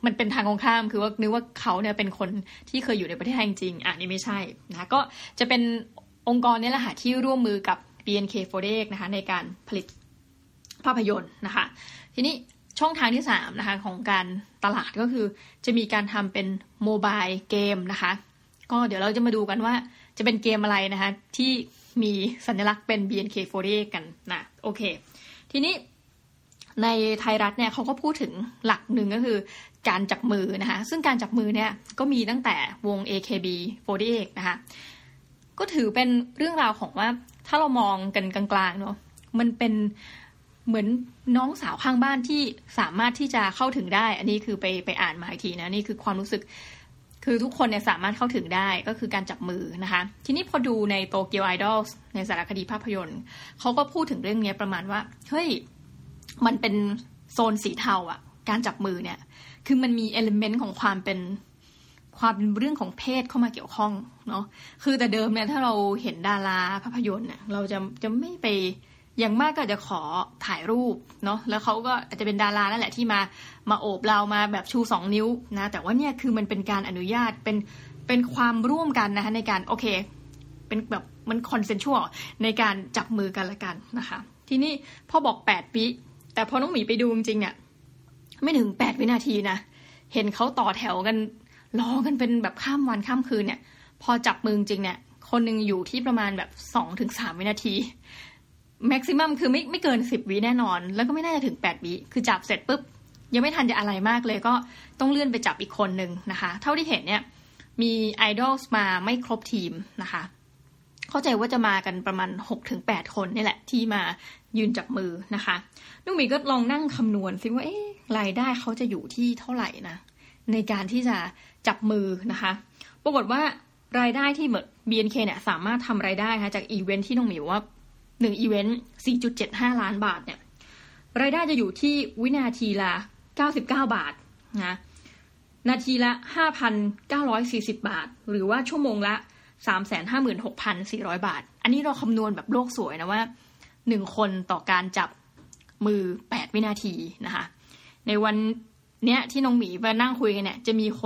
มันเป็นทางตรงข้ามคือว่านึกว่าเขาเนี่ยเป็นคนที่เคยอยู่ในประเทศไทยจริงนี่ไม่ใช่นะคะก็จะเป็นองค์กรนี้แหละค่ะที่ร่วมมือกับ BNK48 นะคะในการผลิตภาพยนตร์นะคะทีนี้ช่องทางที่3นะคะของการตลาดก็คือจะมีการทำเป็นโมบายเกมนะคะก็เดี๋ยวเราจะมาดูกันว่าจะเป็นเกมอะไรนะคะที่มีสัญลักษณ์เป็น BNK48 กันนะโอเคทีนี้ในไทยรัฐเนี่ยเขาก็พูดถึงหลักหนึ่งก็คือการจับมือนะคะซึ่งการจับมือเนี่ยก็มีตั้งแต่วง AKB48 นะคะก็ถือเป็นเรื่องราวของว่าถ้าเรามองกันกลางๆเนาะมันเป็นเหมือนน้องสาวข้างบ้านที่สามารถที่จะเข้าถึงได้อันนี้คือไปอ่านมาอีกทีนะนี่คือความรู้สึกคือทุกคนเนี่ยสามารถเข้าถึงได้ก็คือการจับมือนะคะทีนี้พอดูในโตเกียวไอดอลในสารคดีภาพยนตร์เขาก็พูดถึงเรื่องนี้ประมาณว่าเฮ้ยมันเป็นโซนสีเทาอ่ะการจับมือเนี่ยคือมันมีเอลิเมนต์ของความเป็นเรื่องของเพศเข้ามาเกี่ยวข้องเนาะคือแต่เดิมเนี่ยถ้าเราเห็นดาราภาพยนตร์เนี่ยเราจะไม่ไปอย่างมากก็จะขอถ่ายรูปเนาะแล้วเขาก็อาจจะเป็นดารานั่นแหละที่มาโอบเรามาแบบชู2นิ้วนะแต่ว่าเนี่ยคือมันเป็นการอนุญาตเป็นความร่วมกันนะคะในการโอเคเป็นแบบมันคอนเซนชวลในการจับมือกันละกันนะคะทีนี้พอบอก8วิแต่พอน้องหมีไปดูจริงๆเนี่ยไม่ถึง8วินาทีนะเห็นเขาต่อแถวกันรอกันเป็นแบบข้ามวันข้ามคืนเนี่ยพอจับมือจริงเนี่ยคนนึงอยู่ที่ประมาณแบบ 2-3 วินาทีแม็กซิมัมคือไม่เกิน10วิแน่นอนแล้วก็ไม่น่าจะถึง8วิคือจับเสร็จปุ๊บยังไม่ทันจะอะไรมากเลยก็ต้องเลื่อนไปจับอีกคนนึงนะคะเท่าที่เห็นเนี่ยมีไอดอลมาไม่ครบทีมนะคะเข้าใจว่าจะมากันประมาณ 6-8 คนนี่แหละที่มายืนจับมือนะคะน้องหมีก็ลองนั่งคำนวณซิว่ารายได้เขาจะอยู่ที่เท่าไหร่นะในการที่จะจับมือนะคะปรากฏว่ารายได้ที่เหมือน BNK เนี่ยสามารถทำรายได้นะจากอีเวนท์ที่น้องหมีว่า1อีเวนต์ 4.75 ล้านบาทเนี่ยรายได้จะอยู่ที่วินาทีละ99 บาทนะนาทีละ 5,940 บาทหรือว่าชั่วโมงละ 356,400 บาทอันนี้เราคำนวณแบบโลกสวยนะว่า1คนต่อการจับมือ8วินาทีนะคะในวันเนี้ยที่น้องหมีมานั่งคุยกันเนี่ยจะมีคน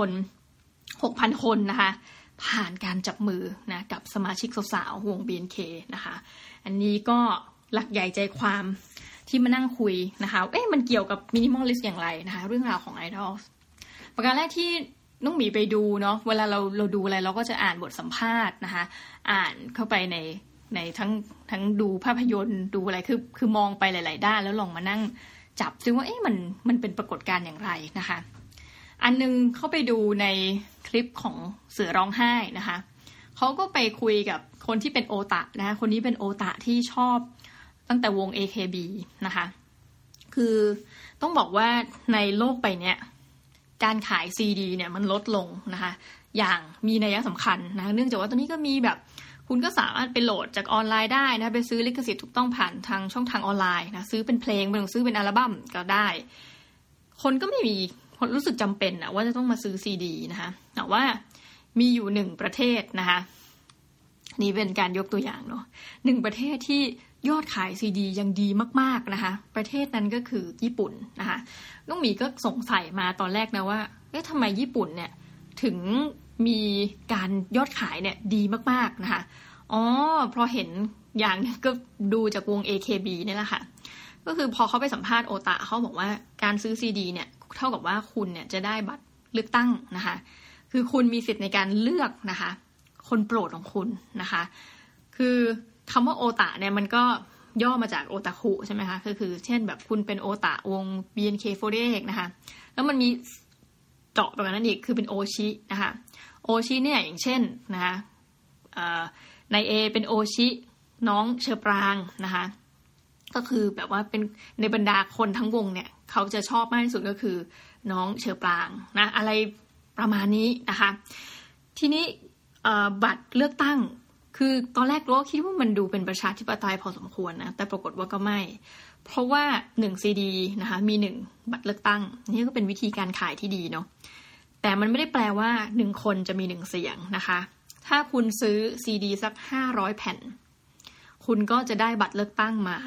6,000 คนนะคะผ่านการจับมือนะกับสมาชิกสาวๆวง BNK นะคะอันนี้ก็หลักใหญ่ใจความที่มานั่งคุยนะคะมันเกี่ยวกับ minimalist อย่างไรนะคะเรื่องราวของไอดอลประการแรกที่น้องหมีไปดูเนาะเวลาเราดูอะไรเราก็จะอ่านบทสัมภาษณ์นะคะอ่านเข้าไปในทั้งดูภาพยนตร์ดูอะไรคือมองไปหลายๆด้านแล้วลองมานั่งจับซิว่ามันเป็นปรากฏการณ์อย่างไรนะคะอันนึงเข้าไปดูในคลิปของเสือร้องไห้นะคะเขาก็ไปคุยกับคนที่เป็นโอตะนะคะคนนี้เป็นโอตะที่ชอบตั้งแต่วง AKB นะคะคือต้องบอกว่าในโลกใบนี้การขายซีดีเนี่ยมันลดลงนะคะอย่างมีนัยสำคัญนะเนื่องจากว่าตอนนี้ก็มีแบบคุณก็สามารถไปโหลดจากออนไลน์ได้นะไปซื้อลิขสิทธิ์ถูกต้องผ่านทางช่องทางออนไลน์นะซื้อเป็นเพลงไม่ต้องซื้อเป็นอัลบั้มก็ได้คนก็ไม่มีคนรู้สึกจำเป็นนะว่าจะต้องมาซื้อซีดีนะคะแต่ว่ามีอยู่1ประเทศนะคะนี่เป็นการยกตัวอย่างเนาะ1ประเทศที่ยอดขายซีดียังดีมากๆนะคะประเทศนั้นก็คือญี่ปุ่นนะคะน้องหมีก็สงสัยมาตอนแรกนะว่าทำไมญี่ปุ่นเนี่ยถึงมีการยอดขายเนี่ยดีมากๆนะคะเพราะเห็นอย่างก็ดูจากวง AKB เนี่ยแหละค่ะก็คือพอเขาไปสัมภาษณ์โอตะเขาบอกว่าการซื้อซีดีเนี่ยเท่ากับว่าคุณเนี่ยจะได้บัตรเลือกตั้งนะคะคือคุณมีสิทธิ์ในการเลือกนะคะคนโปรดของคุณนะคะคือคำว่าโอตะเนี่ยมันก็ย่อมาจากโอตาคุใช่ไหมคะคือเช่นแบบคุณเป็นโอตะวง BNK48 นะคะแล้วมันมีเจาะไปกว่านั้นอีกคือเป็นโอชินะคะโอชิเนี่ยอย่างเช่นนะคะนายเอเป็นโอชิน้องเชอปรางนะคะก็คือแบบว่าเป็นในบรรดาคนทั้งวงเนี่ยเขาจะชอบมากที่สุดก็คือน้องเชอปรางนะอะไรประมาณนี้นะคะทีนี้บัตรเลือกตั้งคือตอนแรกเราก็คิดว่ามันดูเป็นประชาธิปไตยพอสมควรนะแต่ปรากฏว่าก็ไม่เพราะว่า1ซีดีนะคะมี1บัตรเลือกตั้งนี่ก็เป็นวิธีการขายที่ดีเนาะแต่มันไม่ได้แปลว่า1คนจะมี1เสียงนะคะถ้าคุณซื้อซีดีสัก500แผ่นคุณก็จะได้บัตรเลือกตั้งมา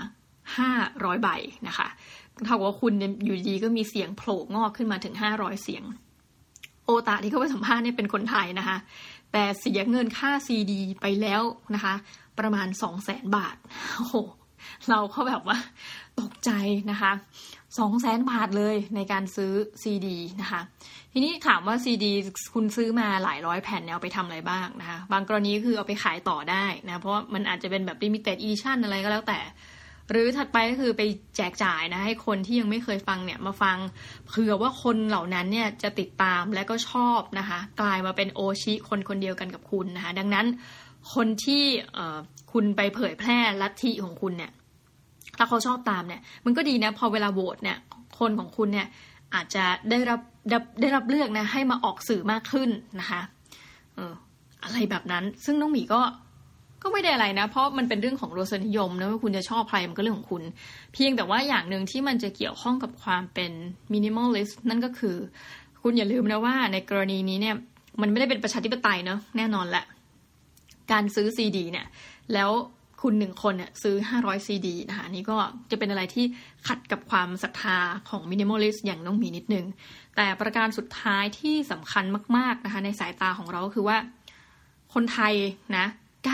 500 ใบนะคะเท่ากับว่าคุณอยู่ดีก็มีเสียงโผล่งอกขึ้นมาถึง500เสียงโอตาที่เขาไปสัมภาษณ์เนี่ยเป็นคนไทยนะคะแต่เสียเงินค่าซีดีไปแล้วนะคะประมาณ 200,000 บาทโอ้โหเราก็แบบว่าตกใจนะคะ 200,000 บาทเลยในการซื้อซีดีนะคะทีนี้ถามว่าซีดีคุณซื้อมาหลายร้อยแผ่นเนี่ยเอาไปทำอะไรบ้างนะคะบางกรณีคือเอาไปขายต่อได้นะเพราะว่ามันอาจจะเป็นแบบ limited edition อะไรก็แล้วแต่หรือถัดไปก็คือไปแจกจ่ายนะให้คนที่ยังไม่เคยฟังเนี่ยมาฟังเผื่อว่าคนเหล่านั้นเนี่ยจะติดตามและก็ชอบนะคะกลายมาเป็นโอชิคนเดียวกันกับคุณนะคะดังนั้นคนที่คุณไปเผยแพร่ลัทธิของคุณเนี่ยถ้าเขาชอบตามเนี่ยมันก็ดีนะพอเวลาโหวตเนี่ยคนของคุณเนี่ยอาจจะได้รับเลือกนะให้มาออกสื่อมากขึ้นนะคะอะไรแบบนั้นซึ่งน้องหมีก็ไม่ได้อะไรนะเพราะมันเป็นเรื่องของรสนิยมนะว่าคุณจะชอบใครมันก็เรื่องของคุณเพียงแต่ว่าอย่างนึงที่มันจะเกี่ยวข้องกับความเป็นมินิมอลลิสต์นั่นก็คือคุณอย่าลืมนะว่าในกรณีนี้เนี่ยมันไม่ได้เป็นประชาธิปไตยเนาะแน่นอนแหละการซื้อซีดีเนี่ยแล้วคุณ1คนเนี่ยซื้อ500ซีดีนะคะนี่ก็จะเป็นอะไรที่ขัดกับความศรัทธาของมินิมอลลิสต์อย่างน้องหมีนิดนึงแต่ประการสุดท้ายที่สำคัญมากๆนะคะในสายตาของเราก็คือว่าคนไทยนะ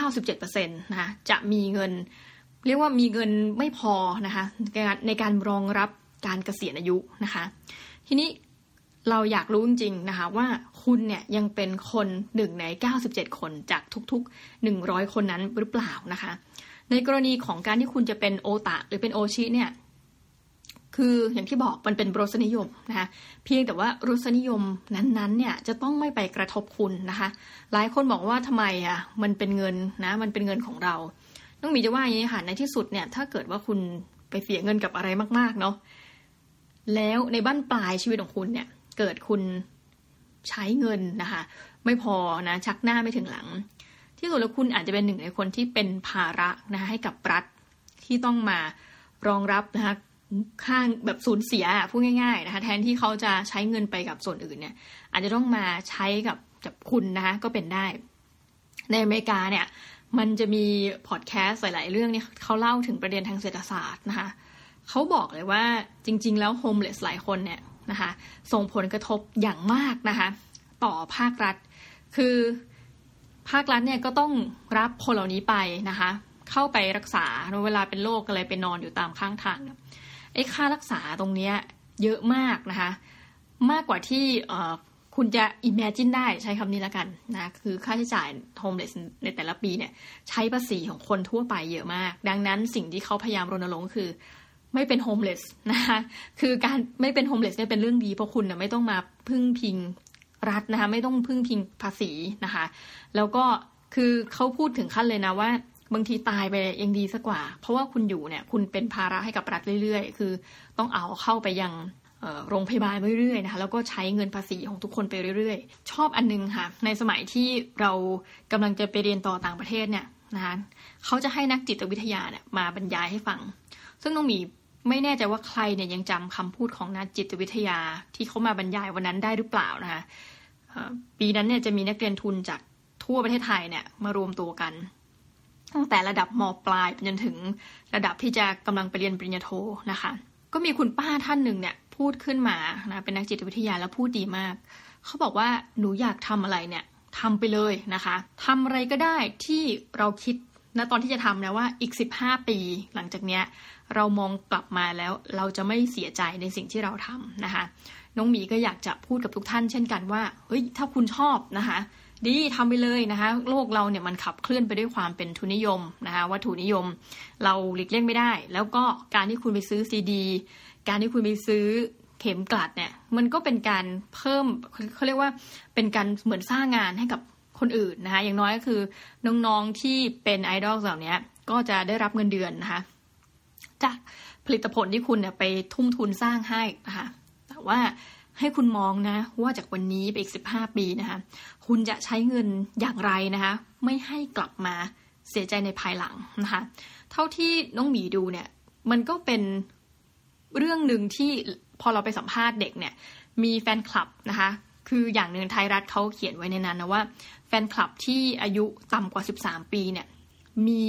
97% นะคะจะมีเงินเรียกว่ามีเงินไม่พอนะคะในการรองรับการเกษียณอายุนะคะทีนี้เราอยากรู้จริงๆนะคะว่าคุณเนี่ยยังเป็นคน1ใน97คนจากทุกๆ100คนนั้นหรือเปล่านะคะในกรณีของการที่คุณจะเป็นโอตะหรือเป็นโอชิเนี่ยคืออย่างที่บอกมันเป็นรสนิยมนะคะเพียงแต่ว่ารสนิยมนั้นๆเนี่ยจะต้องไม่ไปกระทบคุณนะคะหลายคนบอกว่าทำไมมันเป็นเงินนะมันเป็นเงินของเราต้องมีจะว่าอย่างนี้ค่ะในที่สุดเนี่ยถ้าเกิดว่าคุณไปเสียเงินกับอะไรมากๆเนาะแล้วในบั้นปลายชีวิตของคุณเนี่ยเกิดคุณใช้เงินนะคะไม่พอนะชักหน้าไม่ถึงหลังที่สุดแล้วคุณอาจจะเป็นหนึ่งในคนที่เป็นภาระนะคะให้กับรัฐที่ต้องมารองรับนะคะค่าแบบสูญเสียพูดง่ายๆนะคะแทนที่เขาจะใช้เงินไปกับส่วนอื่นเนี่ยอาจจะต้องมาใช้กับคุณนะคะก็เป็นได้ในอเมริกาเนี่ยมันจะมีพอดแคสต์หลายๆเรื่องเนี่ยเขาเล่าถึงประเด็นทางเศรษฐศาสตร์นะคะเขาบอกเลยว่าจริงๆแล้วโฮมเลสหลายคนเนี่ยนะคะส่งผลกระทบอย่างมากนะคะต่อภาครัฐคือภาครัฐเนี่ยก็ต้องรับคนเหล่านี้ไปนะคะเข้าไปรักษาเวลาเป็นโรคอะไรไปนอนอยู่ตามข้างทางไอ้ค่ารักษาตรงนี้เยอะมากนะคะมากกว่าที่คุณจะ imagine ได้ใช้คำนี้แล้วกันนะคือค่าใช้จ่าย homeless ในแต่ละปีเนี่ยใช้ภาษีของคนทั่วไปเยอะมากดังนั้นสิ่งที่เขาพยายามรณรงค์คือไม่เป็น homeless นะคะคือการไม่เป็น homeless เนี่ยเป็นเรื่องดีเพราะคุณนะไม่ต้องมาพึ่งพิงรัฐนะคะไม่ต้องพึ่งพิงภาษีนะคะแล้วก็คือเขาพูดถึงขั้นเลยนะว่าบางทีตายไปยังดีสักกว่าเพราะว่าคุณอยู่เนี่ยคุณเป็นภาระให้กับรัฐเรื่อยๆคือต้องเอาเข้าไปยังโรงพยาบาลเรื่อยๆนะคะแล้วก็ใช้เงินภาษีของทุกคนไปเรื่อยๆชอบอันนึงค่ะในสมัยที่เรากำลังจะไปเรียนต่อต่างประเทศเนี่ยนะคะเขาจะให้นักจิตวิทยาเนี่ยมาบรรยายให้ฟังซึ่งน้องหมีไม่แน่ใจว่าใครเนี่ยยังจำคำพูดของนักจิตวิทยาที่เขามาบรรยายวันนั้นได้หรือเปล่านะคะปีนั้นเนี่ยจะมีนักเรียนทุนจากทั่วประเทศไทยเนี่ยมารวมตัวกันตั้งแต่ระดับม.ปลายไปจนถึงระดับที่จะกำลังไปเรียนปริญญาโทนะคะก็มีคุณป้าท่านหนึ่งเนี่ยพูดขึ้นมานะเป็นนักจิตวิทยาแล้วพูดดีมากเขาบอกว่าหนูอยากทำอะไรเนี่ยทำไปเลยนะคะทำอะไรก็ได้ที่เราคิดณตอนที่จะทำนะว่าอีก15 ปีหลังจากเนี้ยเรามองกลับมาแล้วเราจะไม่เสียใจในสิ่งที่เราทำนะคะน้องหมีก็อยากจะพูดกับทุกท่านเช่นกันว่าเฮ้ยถ้าคุณชอบนะคะดีทำไปเลยนะคะโลกเราเนี่ยมันขับเคลื่อนไปด้วยความเป็นทุนนิยมนะคะวัตถุนิยมเราหลีกเลี่ยงไม่ได้แล้วก็การที่คุณไปซื้อซีดีการที่คุณไปซื้อเข็มกลัดเนี่ยมันก็เป็นการเพิ่มเขาเรียกว่าเป็นการเหมือนสร้างงานให้กับคนอื่นนะคะอย่างน้อยก็คือน้องๆที่เป็นไอดอลเหล่านี้ก็จะได้รับเงินเดือนนะคะจากผลิตผลที่คุณเนี่ยไปทุ่มทุนสร้างให้นะคะแต่ว่าให้คุณมองนะว่าจากวันนี้ไปอีก15 ปีนะคะคุณจะใช้เงินอย่างไรนะคะไม่ให้กลับมาเสียใจในภายหลังนะคะเท่าที่น้องหมีดูเนี่ยมันก็เป็นเรื่องหนึ่งที่พอเราไปสัมภาษณ์เด็กเนี่ยมีแฟนคลับนะคะคืออย่างหนึ่งไทยรัฐเขาเขียนไว้ในนั้นนะว่าแฟนคลับที่อายุต่ำกว่า13 ปีเนี่ยมี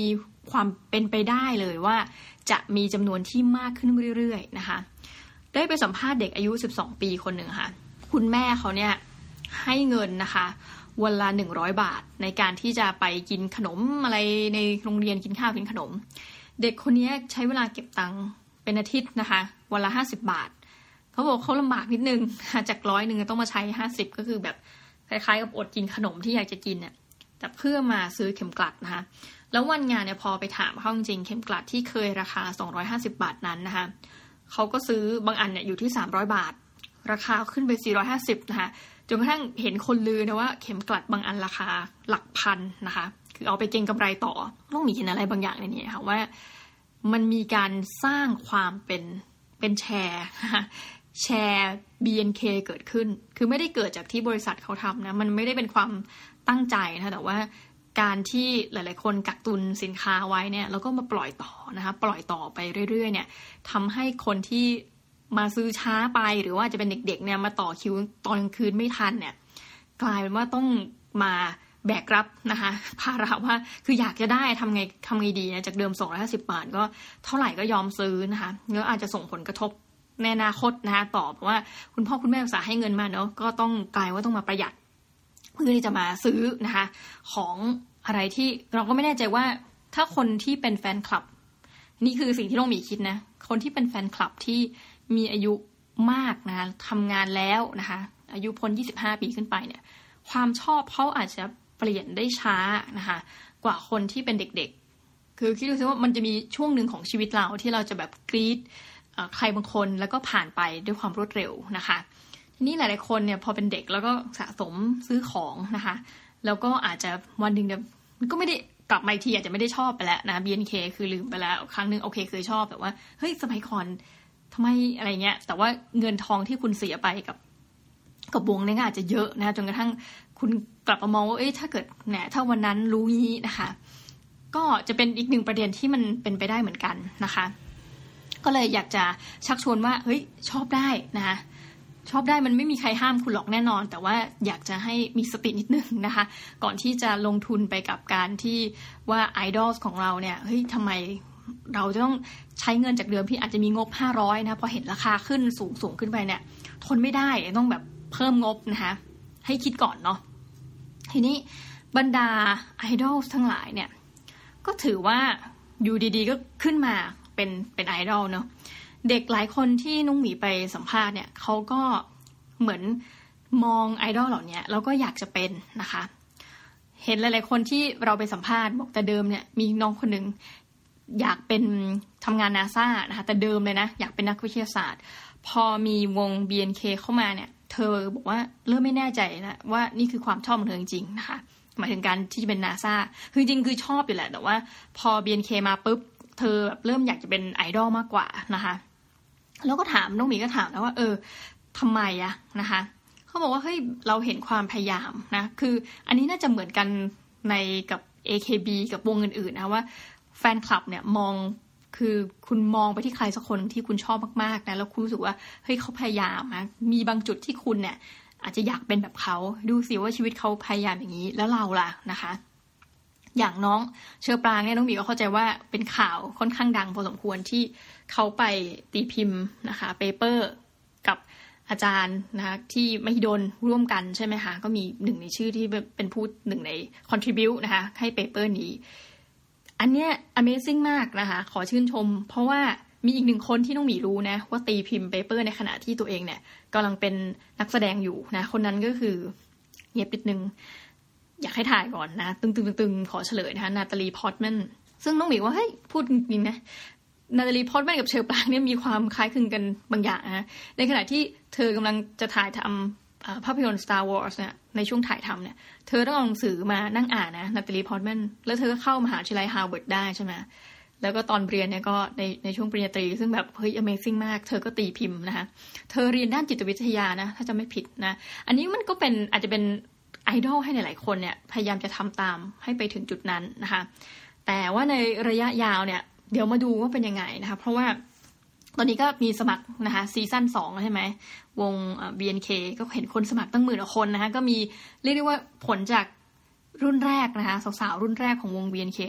ความเป็นไปได้เลยว่าจะมีจำนวนที่มากขึ้นเรื่อยๆนะคะได้ไปสัมภาษณ์เด็กอายุ12ปีคนหนึ่งค่ะคุณแม่เขาเนี่ยให้เงินนะคะวันละ100 บาทในการที่จะไปกินขนมอะไรในโรงเรียนกินข้าวกินขนมเด็กคนนี้ใช้เวลาเก็บตังค์เป็นอาทิตย์นะคะวันละ50 บาทเขาบอกเขาลำบากนิดนึงจาก100ต้องมาใช้50ก็คือแบบคล้ายๆกับอดกินขนมที่อยากจะกินเนี่ยแต่เพื่อมาซื้อเข็มกลัดนะคะแล้ววันงานเนี่ยพอไปถามเขาจริงๆเข็มกลัดที่เคยราคา250 บาทนั้นนะคะเขาก็ซื้อบางอันเนี่ยอยู่ที่300 บาทราคาขึ้นไป450นะคะจนกระทั่งเห็นคนลือนะว่าเข็มกลัดบางอันราคาหลักพันนะคะคือเอาไปเก็งกำไรต่อต้องมีเห็นอะไรบางอย่างในนี้ค่ะว่ามันมีการสร้างความเป็นแชร์แชร์ BNK เกิดขึ้นคือไม่ได้เกิดจากที่บริษัทเขาทำนะมันไม่ได้เป็นความตั้งใจนะแต่ว่าการที่หลายๆคนกักตุนสินค้าไว้เนี่ยแล้วก็มาปล่อยต่อนะคะปล่อยต่อไปเรื่อยๆเนี่ยทำให้คนที่มาซื้อช้าไปหรือว่าจะเป็นเด็กๆเนี่ยมาต่อคิวตอนกลางคืนไม่ทันเนี่ยกลายเป็นว่าต้องมาแบกรับนะคะภาระว่าคืออยากจะได้ทำไงดีนะจากเดิม250 บาทก็เท่าไหร่ก็ยอมซื้อนะคะแล้วอาจจะส่งผลกระทบในอนาคตนะคะต่อเพราะว่าคุณพ่อคุณแม่อุตส่าห์ให้เงินมาเนาะก็ต้องกลายว่าต้องมาประหยัดเพื่อที่จะมาซื้อนะคะของอะไรที่เราก็ไม่แน่ใจว่าถ้าคนที่เป็นแฟนคลับนี่คือสิ่งที่ต้องมีคิดนะคนที่เป็นแฟนคลับที่มีอายุมากนะคะทำงานแล้วนะคะอายุพ้น25 ปีขึ้นไปเนี่ยความชอบเขาอาจจะเปลี่ยนได้ช้านะคะกว่าคนที่เป็นเด็กๆคือคิดดูซิว่ามันจะมีช่วงหนึ่งของชีวิตเราที่เราจะแบบกรี๊ดใครบางคนแล้วก็ผ่านไปด้วยความรวดเร็วนะคะทีนี้หลายๆคนเนี่ยพอเป็นเด็กแล้วก็สะสมซื้อของนะคะแล้วก็อาจจะวันหนึ่งเนี่ยก็ไม่ได้กลับมาอีกทีอาจจะไม่ได้ชอบไปแล้วนะ BNK คือลืมไปแล้วครั้งนึงโอเคเคยชอบแต่ว่าเฮ้ยสมัยก่อนทำไมอะไรเงี้ยแต่ว่าเงินทองที่คุณเสียไปกับวงนี้อาจจะเยอะนะจนกระทั่งคุณกลับมามองว่าถ้าเกิดเนี่ยถ้าวันนั้นรู้งี้นะคะก็จะเป็นอีกหนึ่งประเด็นที่มันเป็นไปได้เหมือนกันนะคะก็เลยอยากจะชักชวนว่าเฮ้ยชอบได้นะคะชอบได้มันไม่มีใครห้ามคุณหรอกแน่นอนแต่ว่าอยากจะให้มีสตินิดนึงนะคะก่อนที่จะลงทุนไปกับการที่ว่าไอดอลของเราเนี่ยเฮ้ยทำไมเราจะต้องใช้เงินจากเดิมที่อาจจะมีงบ500นะพอเห็นราคาขึ้นสูงขึ้นไปเนี่ยทนไม่ได้ต้องแบบเพิ่มงบนะคะให้คิดก่อนเนาะทีนี้บรรดาไอดอลทั้งหลายเนี่ยก็ถือว่าอยู่ดีๆก็ขึ้นมาเป็นไอดอลเนาะเด็กหลายคนที่นุ้งหมีไปสัมภาษณ์เนี่ยเขาก็เหมือนมองไอดอลเหล่านี้แล้วก็อยากจะเป็นนะคะเห็นหลายๆคนที่เราไปสัมภาษณ์บอกแต่เดิมเนี่ยมีน้องคนหนึ่งอยากเป็นทำงาน NASA นะคะแต่เดิมเลยนะอยากเป็นนักวิทยาศาสตร์พอมีวง BNK เข้ามาเนี่ยเธอบอกว่าเริ่มไม่แน่ใจนะว่านี่คือความชอบของเธอจริงๆนะคะหมายถึงการที่จะเป็น NASA คือจริงคือชอบอยู่แหละแต่ว่าพอ BNK มาปุ๊บเธอแบบเริ่มอยากจะเป็นไอดอลมากกว่านะคะแล้วก็ถามน้องหมีก็ถามแล้วว่าทำไมอะนะคะเขาบอกว่าเฮ้ยเราเห็นความพยายามนะคืออันนี้น่าจะเหมือนกันในกับ AKB กับวงอื่นๆนะว่าแฟนคลับเนี่ยมองคือคุณมองไปที่ใครสักคนที่คุณชอบมากๆนะแล้วคุณรู้สึกว่าเฮ้ยเขาพยายามนะมีบางจุดที่คุณเนี่ยอาจจะอยากเป็นแบบเขาดูสิว่าชีวิตเขาพยายามอย่างนี้แล้วเราล่ะนะคะอย่างน้องเชอปรางเนี่ยน้องหมีก็เข้าใจว่าเป็นข่าวค่อนข้างดังพอสมควรที่เขาไปตีพิมพ์นะคะเปเปอร์กับอาจารย์นะคะที่มหิดลร่วมกันใช่ไหมคะก็มีหนึ่งในชื่อที่เป็นผู้หนึ่งใน contribute นะคะให้เปเปอร์นี้อันเนี้ย Amazing มากนะคะขอชื่นชมเพราะว่ามีอีกหนึ่งคนที่น้องหมีรู้นะว่าตีพิมพ์เปเปอร์ในขณะที่ตัวเองเนี่ยกำลังเป็นนักแสดงอยู่นะคนนั้นก็คือเงียบนิดนึงอยากให้ถ่ายก่อนนะตึงขอเฉลยนะคะนาตาลีพอร์ตแมนซึ่งน้องหมีว่าเฮ้ยพูดจริงๆนะนาตาลีพอร์ตแมนกับเชอร์ปรางเนี่ยมีความคล้ายคลึงกันบางอย่างนะในขณะที่เธอกำลังจะถ่ายทำภาพยนตร์ Star Wars เนี่ยในช่วงถ่ายทำเนี่ยเธอต้องเอาหนังสือมานั่งอ่านนะนาตาลีพอร์ตแมนแล้วเธอก็เข้ามหาวิทยาลัยฮาร์วาร์ดได้ใช่ไหมแล้วก็ตอนเรียนเนี่ยก็ในช่วงปริญญาตรีซึ่งแบบเฮ้ย Amazing มากเธอก็ตีพิมพ์นะคะเธอเรียนด้านจิตวิทยานะถ้าจะไม่ผิดนะอันนี้มันก็เป็นอาจจะเป็นไอดอลให้หลายๆคนเนี่ยพยายามจะทำตามให้ไปถึงจุดนั้นนะคะแต่ว่าในระยะยาวเนี่ยเดี๋ยวมาดูว่าเป็นยังไงนะคะเพราะว่าตอนนี้ก็มีสมัครนะคะซีซั่น2ใช่ไหมวงBNK ก็เห็นคนสมัครตั้ง10,000 กว่าคนนะคะก็มีเรียกได้ว่าผลจากรุ่นแรกนะคะสาวๆรุ่นแรกของวง BNK เนี่ย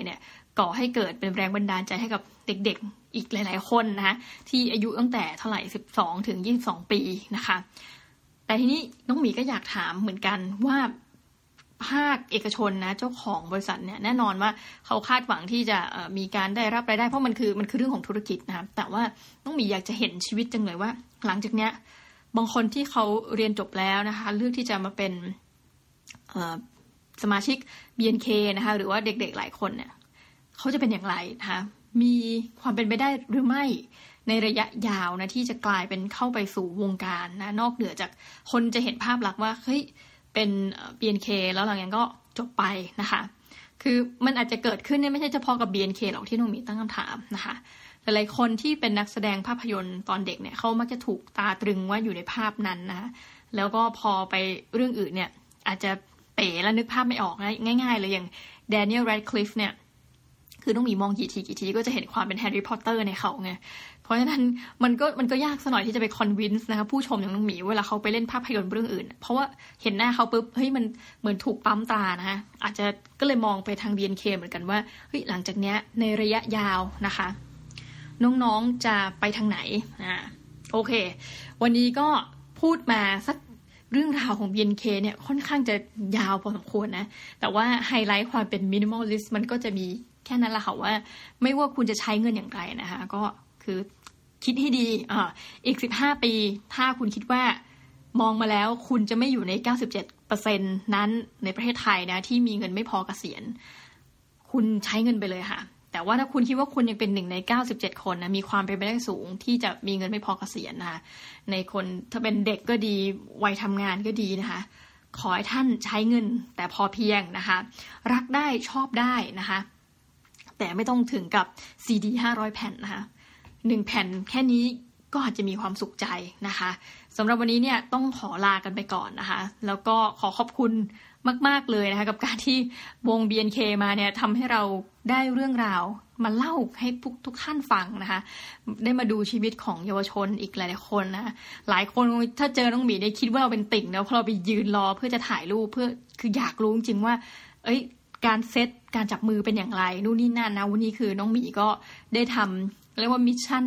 ก่อให้เกิดเป็นแรงบันดาลใจให้กับเด็กๆอีกหลายๆคนนะคะที่อายุตั้งแต่เท่าไหร่12ถึง22ปีนะคะแต่ทีนี้น้องหมีก็อยากถามเหมือนกันว่าภาคเอกชนนะเจ้าของบริษัทเนี่ยแน่นอนว่าเขาคาดหวังที่จะมีการได้รับรายได้เพราะมันคือเรื่องของธุรกิจนะคะแต่ว่าน้องหมีอยากจะเห็นชีวิตจังเลยว่าหลังจากเนี้ยบางคนที่เขาเรียนจบแล้วนะคะเลือกที่จะมาเป็นสมาชิก BNK นะคะหรือว่าเด็กๆหลายคนเนี่ยเขาจะเป็นอย่างไรนะคะมีความเป็นไปได้หรือไม่ในระยะยาวนะที่จะกลายเป็นเข้าไปสู่วงการนะนอกเหนือจากคนจะเห็นภาพลักษณ์ว่าเฮ้ยเป็น BNK แล้วหลังจากนั้นก็จบไปนะคะคือมันอาจจะเกิดขึ้นเนี่ยไม่ใช่เฉพาะกับ BNK หรอกที่น้องมีตั้งคำถามนะคะหลายๆคนที่เป็นนักแสดงภาพยนตร์ตอนเด็กเนี่ยเขามักจะถูกตาตรึงว่าอยู่ในภาพนั้นนะแล้วก็พอไปเรื่องอื่นเนี่ยอาจจะเป๋แล้วนึกภาพไม่ออกนะง่ายๆเลยอย่าง Daniel Radcliffe เนี่ยคือต้องมีมองกี่ทีก็จะเห็นความเป็นแฮร์รี่พอตเตอร์ในเขาไงเพราะฉะนั้นมันก็ยากซะหน่อยที่จะไปคอนวินส์นะคะผู้ชมอย่างน้องหมีเวลาเขาไปเล่นภาพยนตร์เรื่องอื่นเพราะว่าเห็นหน้าเขาปุ๊บเฮ้ยมันเหมือนถูกปั๊มตานะคะอาจจะก็เลยมองไปทาง BNK เหมือนกันว่าเฮ้ยหลังจากเนี้ยในระยะยาวนะคะน้องๆจะไปทางไหนโอเควันนี้ก็พูดมาสักเรื่องราวของ BNK เนี่ยค่อนข้างจะยาวพอสมควรนะแต่ว่าไฮไลท์ความเป็น minimalist มันก็จะมีแค่นั้นแหละค่ะว่าไม่ว่าคุณจะใช้เงินอย่างไรนะคะก็คือคิดให้ดีอีก15ปีถ้าคุณคิดว่ามองมาแล้วคุณจะไม่อยู่ใน 97% นั้นในประเทศไทยนะที่มีเงินไม่พอเกษียณคุณใช้เงินไปเลยค่ะแต่ว่าถ้าคุณคิดว่าคุณยังเป็น1ใน97คนนะมีความเป็นไปได้สูงที่จะมีเงินไม่พอเกษียณนะคะในคนถ้าเป็นเด็กก็ดีวัยทำงานก็ดีนะคะขอให้ท่านใช้เงินแต่พอเพียงนะคะรักได้ชอบได้นะคะแต่ไม่ต้องถึงกับ CD 500 แผ่นนะคะ1แผ่นแค่นี้ก็อาจจะมีความสุขใจนะคะสำหรับวันนี้เนี่ยต้องขอลากันไปก่อนนะคะแล้วก็ขอขอบคุณมากๆเลยนะคะกับการที่วง BNK มาเนี่ยทำให้เราได้เรื่องราวมาเล่าให้ทุกท่านฟังนะคะได้มาดูชีวิตของเยาวชนอีกหลายๆคนนะหลายคนถ้าเจอน้องหมีได้คิดว่าเราเป็นติ่งแล้วพอเราไปยืนรอเพื่อจะถ่ายรูปเพื่อคืออยากรู้จริงๆว่าการเซตการจับมือเป็นอย่างไรนู่นนี่นั่นนะวันนี้คือน้องหมีก็ได้ทำเรียกว่ามิชชั่น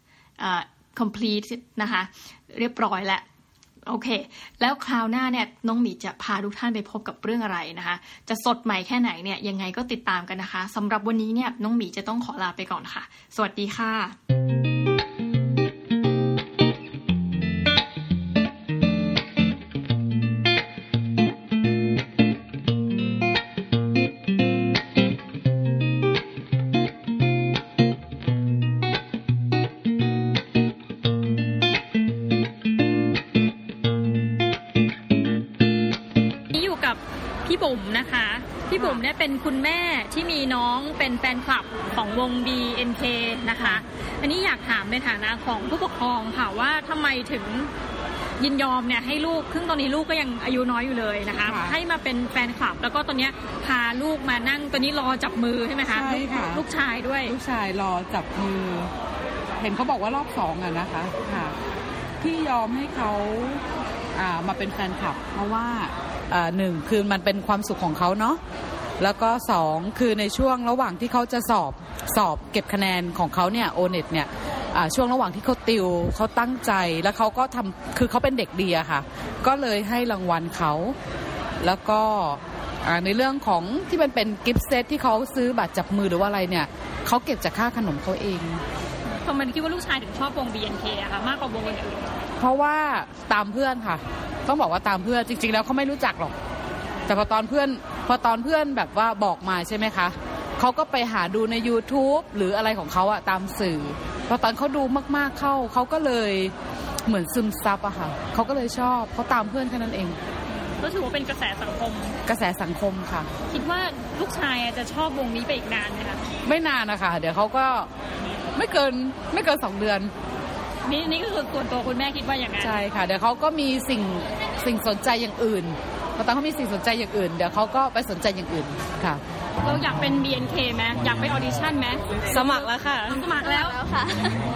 complete นะคะเรียบร้อยแล้วโอเคแล้วคราวหน้าเนี่ยน้องหมีจะพาทุกท่านไปพบกับเรื่องอะไรนะคะจะสดใหม่แค่ไหนเนี่ยยังไงก็ติดตามกันนะคะสำหรับวันนี้เนี่ยน้องหมีจะต้องขอลาไปก่อนค่ะสวัสดีค่ะพี่บุ๋มนะคะพี่บุ๋มเนี่ยเป็นคุณแม่ที่มีน้องเป็นแฟนคลับของวง BNK นะคะอันนี้อยากถามในฐานะของผู้ปกครองค่ะว่าทำไมถึงยินยอมเนี่ยให้ลูกซึ่งตอนนี้ลูกก็ยังอายุน้อยอยู่เลยนะคะให้มาเป็นแฟนคลับแล้วก็ตอนนี้พาลูกมานั่งตอนนี้รอจับมือใช่ไหมคะใช่ค่ะลูกชายด้วยลูกชายรอจับมือเห็นเขาบอกว่ารอบ2อ่ะนะคะค่ะที่ยอมให้เขามาเป็นแฟนคลับเพราะว่า1คือมันเป็นความสุขของเขาเนาะแล้วก็2คือในช่วงระหว่างที่เขาจะสอบเก็บคะแนนของเขาเนี่ยโอเน็ตเนี่ยช่วงระหว่างที่เขาติวเขาตั้งใจแล้วเขาก็ทำคือเขาเป็นเด็กดีอะค่ะก็เลยให้รางวัลเขาแล้วก็ในเรื่องของที่มันเป็นกิฟต์เซตที่เขาซื้อบัตรจับมือหรือว่าอะไรเนี่ยเขาเก็บจากค่าขนมเขาเองทำไมคิดว่าลูกชายถึงชอบวง BNK อะค่ะมากกว่าวงอื่นเพราะว่าตามเพื่อนค่ะต้องบอกว่าตามเพื่อนจริงๆแล้วเขาไม่รู้จักหรอกแต่พอตอนเพื่อนแบบว่าบอกมาใช่ไหมคะเขาก็ไปหาดูใน YouTube หรืออะไรของเขาอะตามสื่อพอตอนเขาดูมากๆเข้าเขาก็เลยเหมือนซึมซับอะค่ะเขาก็เลยชอบเขาตามเพื่อนแค่นั้นเองก็ถือว่าเป็นกระแสสังคมค่ะคิดว่าลูกชายจะชอบวงนี้ไปอีกนานไหมคะไม่นานนะคะเดี๋ยวเขาก็ไม่เกิน2 เดือนนี่ก็คือส่วนตัวคุณแม่คิดว่าอย่างนั้นใช่ค่ะเดี๋ยวเขาก็มีสิ่งสนใจอย่างอื่นพอตอนเขามีสิ่งสนใจอย่างอื่นเดี๋ยวเขาก็ไปสนใจอย่างอื่นค่ะเราอยากเป็น BNK ไหมอยากไปออดิชั่นไหมสมัครแล้วค่ะสมัครแล้วค่ะ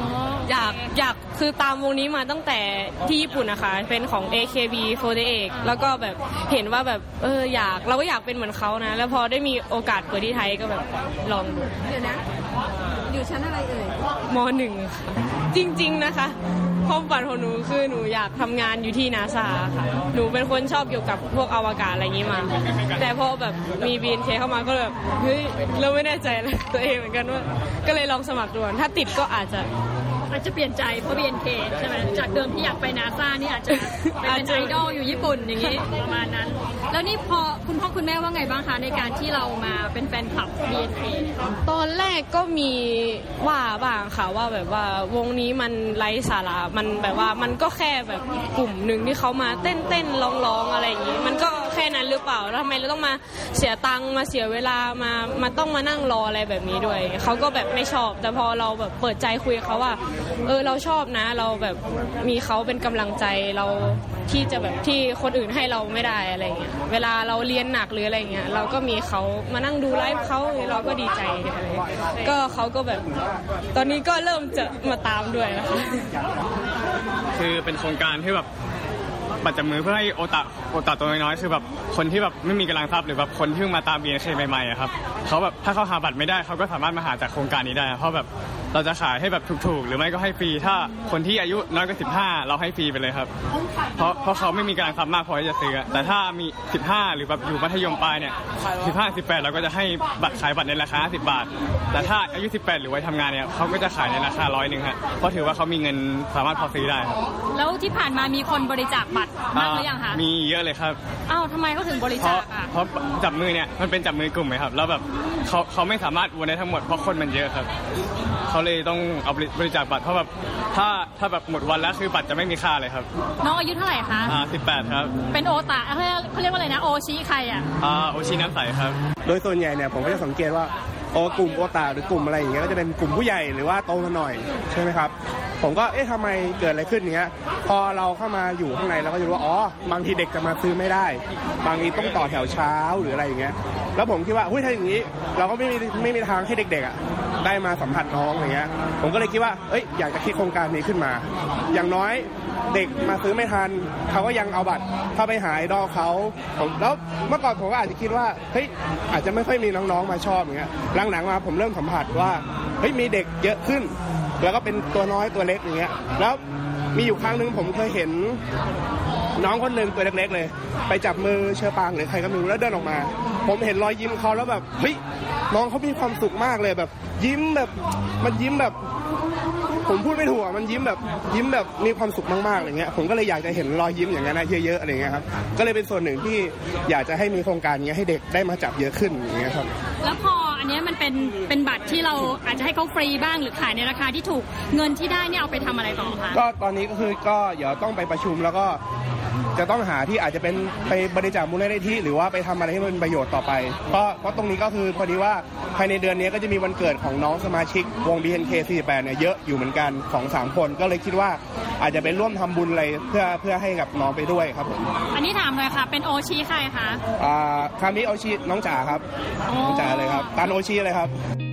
อยากคือตามวงนี้มาตั้งแต่ที่ญี่ปุ่นนะคะเป็นของ AKB48 แล้วก็แบบเห็นว่าแบบเราก็อยากเป็นเหมือนเขานะแล้วพอได้มีโอกาสเปิดที่ไทยก็แบบลองดู
เดี๋ยวนะอยู่ชั้นอะไรเอ่ย
ม.1 ค่ะจริงๆนะคะความฝันของหนูคือหนูอยากทำงานอยู่ที่ NASA ค่ะหนูเป็นคนชอบเกี่ยวกับพวกอวกาศอะไรอย่างนี้มาแต่พอแบบมี BNK เข้ามาก็แบบเฮ้ยเราไม่แน่ใจเลยตัวเองเหมือนกันว่าก็เลยลองสมัครดูถ้าติดก็อาจจะ
เปลี่ยนใจเพราะ BNK ใช่ไหมจากเดิมที่อยากไป NASA นี่อาจจะเป็นไอดอลอยู่ญี่ปุ่นอย่างนี้ประมาณนั้นแล้วนี่พอคุณพ่อคุณแม่ว่าไงบ้างคะในการที่เรามาเป็นแฟนคลับ BNK
ตอนแรกก็มีว่าบ้างค่ะว่าแบบว่าวงนี้มันไร้สาระมันแบบว่ามันก็แค่แบบกลุ่มหนึ่งที่เขามาเต้นร้องอะไรอย่างนี้มันก็แค่นั้นหรือเปล่าแล้วทำไมเราต้องมาเสียตังค์มาเสียเวลามาต้องมานั่งรออะไรแบบนี้ด้วยเขาก็แบบไม่ชอบแต่พอเราแบบเปิดใจคุยกับเขาว่าเราชอบนะเราแบบมีเขาเป็นกำลังใจเราที่จะแบบที่คนอื่นให้เราไม่ได้อะไรเงี้ยเวลาเราเรียนหนักหรืออะไรเงี้ยเราก็มีเขามานั่งดูไลฟ์เขาเราก็ดีใจอะไรก็เขาก็แบบตอนนี้ก็เริ่มจะมาตามด้วยนะคะ
คือเป็นโครงการที่แบบบัตรจับมือเพื่อให้โอตะตัวน้อยๆคือแบบคนที่แบบไม่มีกำลังทรัพย์หรือแบบคนที่มาตาม BNK ใหม่ๆครับเขาแบบถ้าเขาหาบัตรไม่ได้เขาก็สามารถมาหาจากโครงการนี้ได้เพราะแบบเราจะขายให้แบบถูกๆหรือไม่ก็ให้ฟรีถ้าคนที่อายุน้อยกว่า15เราให้ฟรีไปเลยครับเพราะเขาไม่มีกำลังทรัพย์มากพอที่จะซื้อแต่ถ้ามี15หรือแบบอยู่มัธยมปลายเนี่ย15-18เราก็จะให้บัตรขายบัตรในราคา50 บาทแต่ถ้าอายุ18หรือวัยทำงานเนี่ยเขาก็จะขายในราคา100ครับเพราะถือว่าเขามีเงินสามารถพอซื้อได้ครับ
แล้วที่ผ่านมามีคนบริจาคบัตรบ้างหรือยังคะ
มีเยอะเลยครับ
ทำไมเขาถึงบริจาค
เพราะจับมือเนี่ยมันเป็นจับมือกลุ่มไหมครับแล้วแบบเขาไม่สามารถวนได้ทั้งหมดเพราะคนมันเยอะครับเขาเลยต้องเอาบริจาคบัตรเพราะแบบถ้าแบบหมดวันแล้วคือบัตรจะไม่มีค่าเลยครับ
น้องอายุเท่าไหร่คะ
18ครับ
เป็นโอตะเขาเรียกว่าอะไรนะโอชิใคร
โอชิน้ำใสครับ
โดยส่วนใหญ่เนี่ยผมก็จะสังเกตว่ากลุ่มโอตาหรือกลุ่มอะไรอย่างเงี้ยก็จะเป็นกลุ่มผู้ใหญ่หรือว่าโตมาหน่อยใช่ไหมครับผมก็ทำไมเกิดอะไรขึ้นเนี้ยพอเราเข้ามาอยู่ข้างในเราก็จะรู้ว่าบางทีเด็กจะมาซื้อไม่ได้บางทีต้องต่อแถวเช้าหรืออะไรอย่างเงี้ยแล้วผมคิดว่าถ้าอย่างนี้เราก็ไม่มีทางให้เด็กๆได้มาสัมผัสน้องอย่างเงี้ยผมก็เลยคิดว่าอยากจะคิดโครงการนี้ขึ้นมาอย่างน้อยเด็กมาซื้อไม่ทันเขาก็ยังเอาบัตรเข้าไปหาไอดอลเขาแล้วเมื่อก่อนผมก็อาจจะคิดว่าอาจจะไม่ค่อยมีน้องๆมาชอบอย่างเงี้ยหลังๆมาผมเริ่มสัมผัสว่ามีเด็กเยอะขึ้นแล้วก็เป็นตัวน้อยตัวเล็กอย่างเงี้ยแล้วมีอยู่ครั้งนึงผมเคยเห็นน้องคนนึงตัวเล็กๆเลยไปจับมือเชอปางหรือใครก็ไม่รู้แล้วเดินออกมาผมเห็นรอยยิ้มเขาแล้วแบบน้องเขามีความสุขมากเลยแบบยิ้มแบบมันยิ้มแบบผมพูดไม่ถูกมันยิ้มแบบมีความสุขมากๆอะไรเงี้ยผมก็เลยอยากจะเห็นรอยยิ้มอย่างนั้นเยอะๆอะไรเงี้ยครับก็เลยเป็นส่วนหนึ่งที่อยากจะให้มีโครงการนี้ให้เด็กได้มาจับเยอะขึ้นอย่างเงี้ยครับ
แล้วพออันนี้มันเป็นบัตรที่เราอาจจะให้เขาฟรีบ้างหรือขายในราคาที่ถูกเงินที่ได้เนี่ยเอาไปทำอะไรต่อคะ
ก็ตอนนี้ก็เดี๋ยวต้องไปประชุมแล้วก็จะต้องหาที่อาจจะเป็นไปบริจาคมูลนิธิหรือว่าไปทำอะไรให้มันประโยชน์ต่อไปเพราะตรงนี้ก็คือพอดีว่าภายในเดือนนี้ก็จะมีวันเกิดของน้องสมาชิกวง BNK48 เนี่ยเยอะอยู่เหมือนกัน 2-3 คนก็เลยคิดว่าอาจจะเป็นร่วมทำบุญอะไรเพื่อให้กับน้องไปด้วยครับผม
อันนี้ถามเลยค่ะเป็นโอชิใครคะ
คามิโอชิน้องจ๋าครับน้องจ๋าเลยครับตันโอชิเลยครับ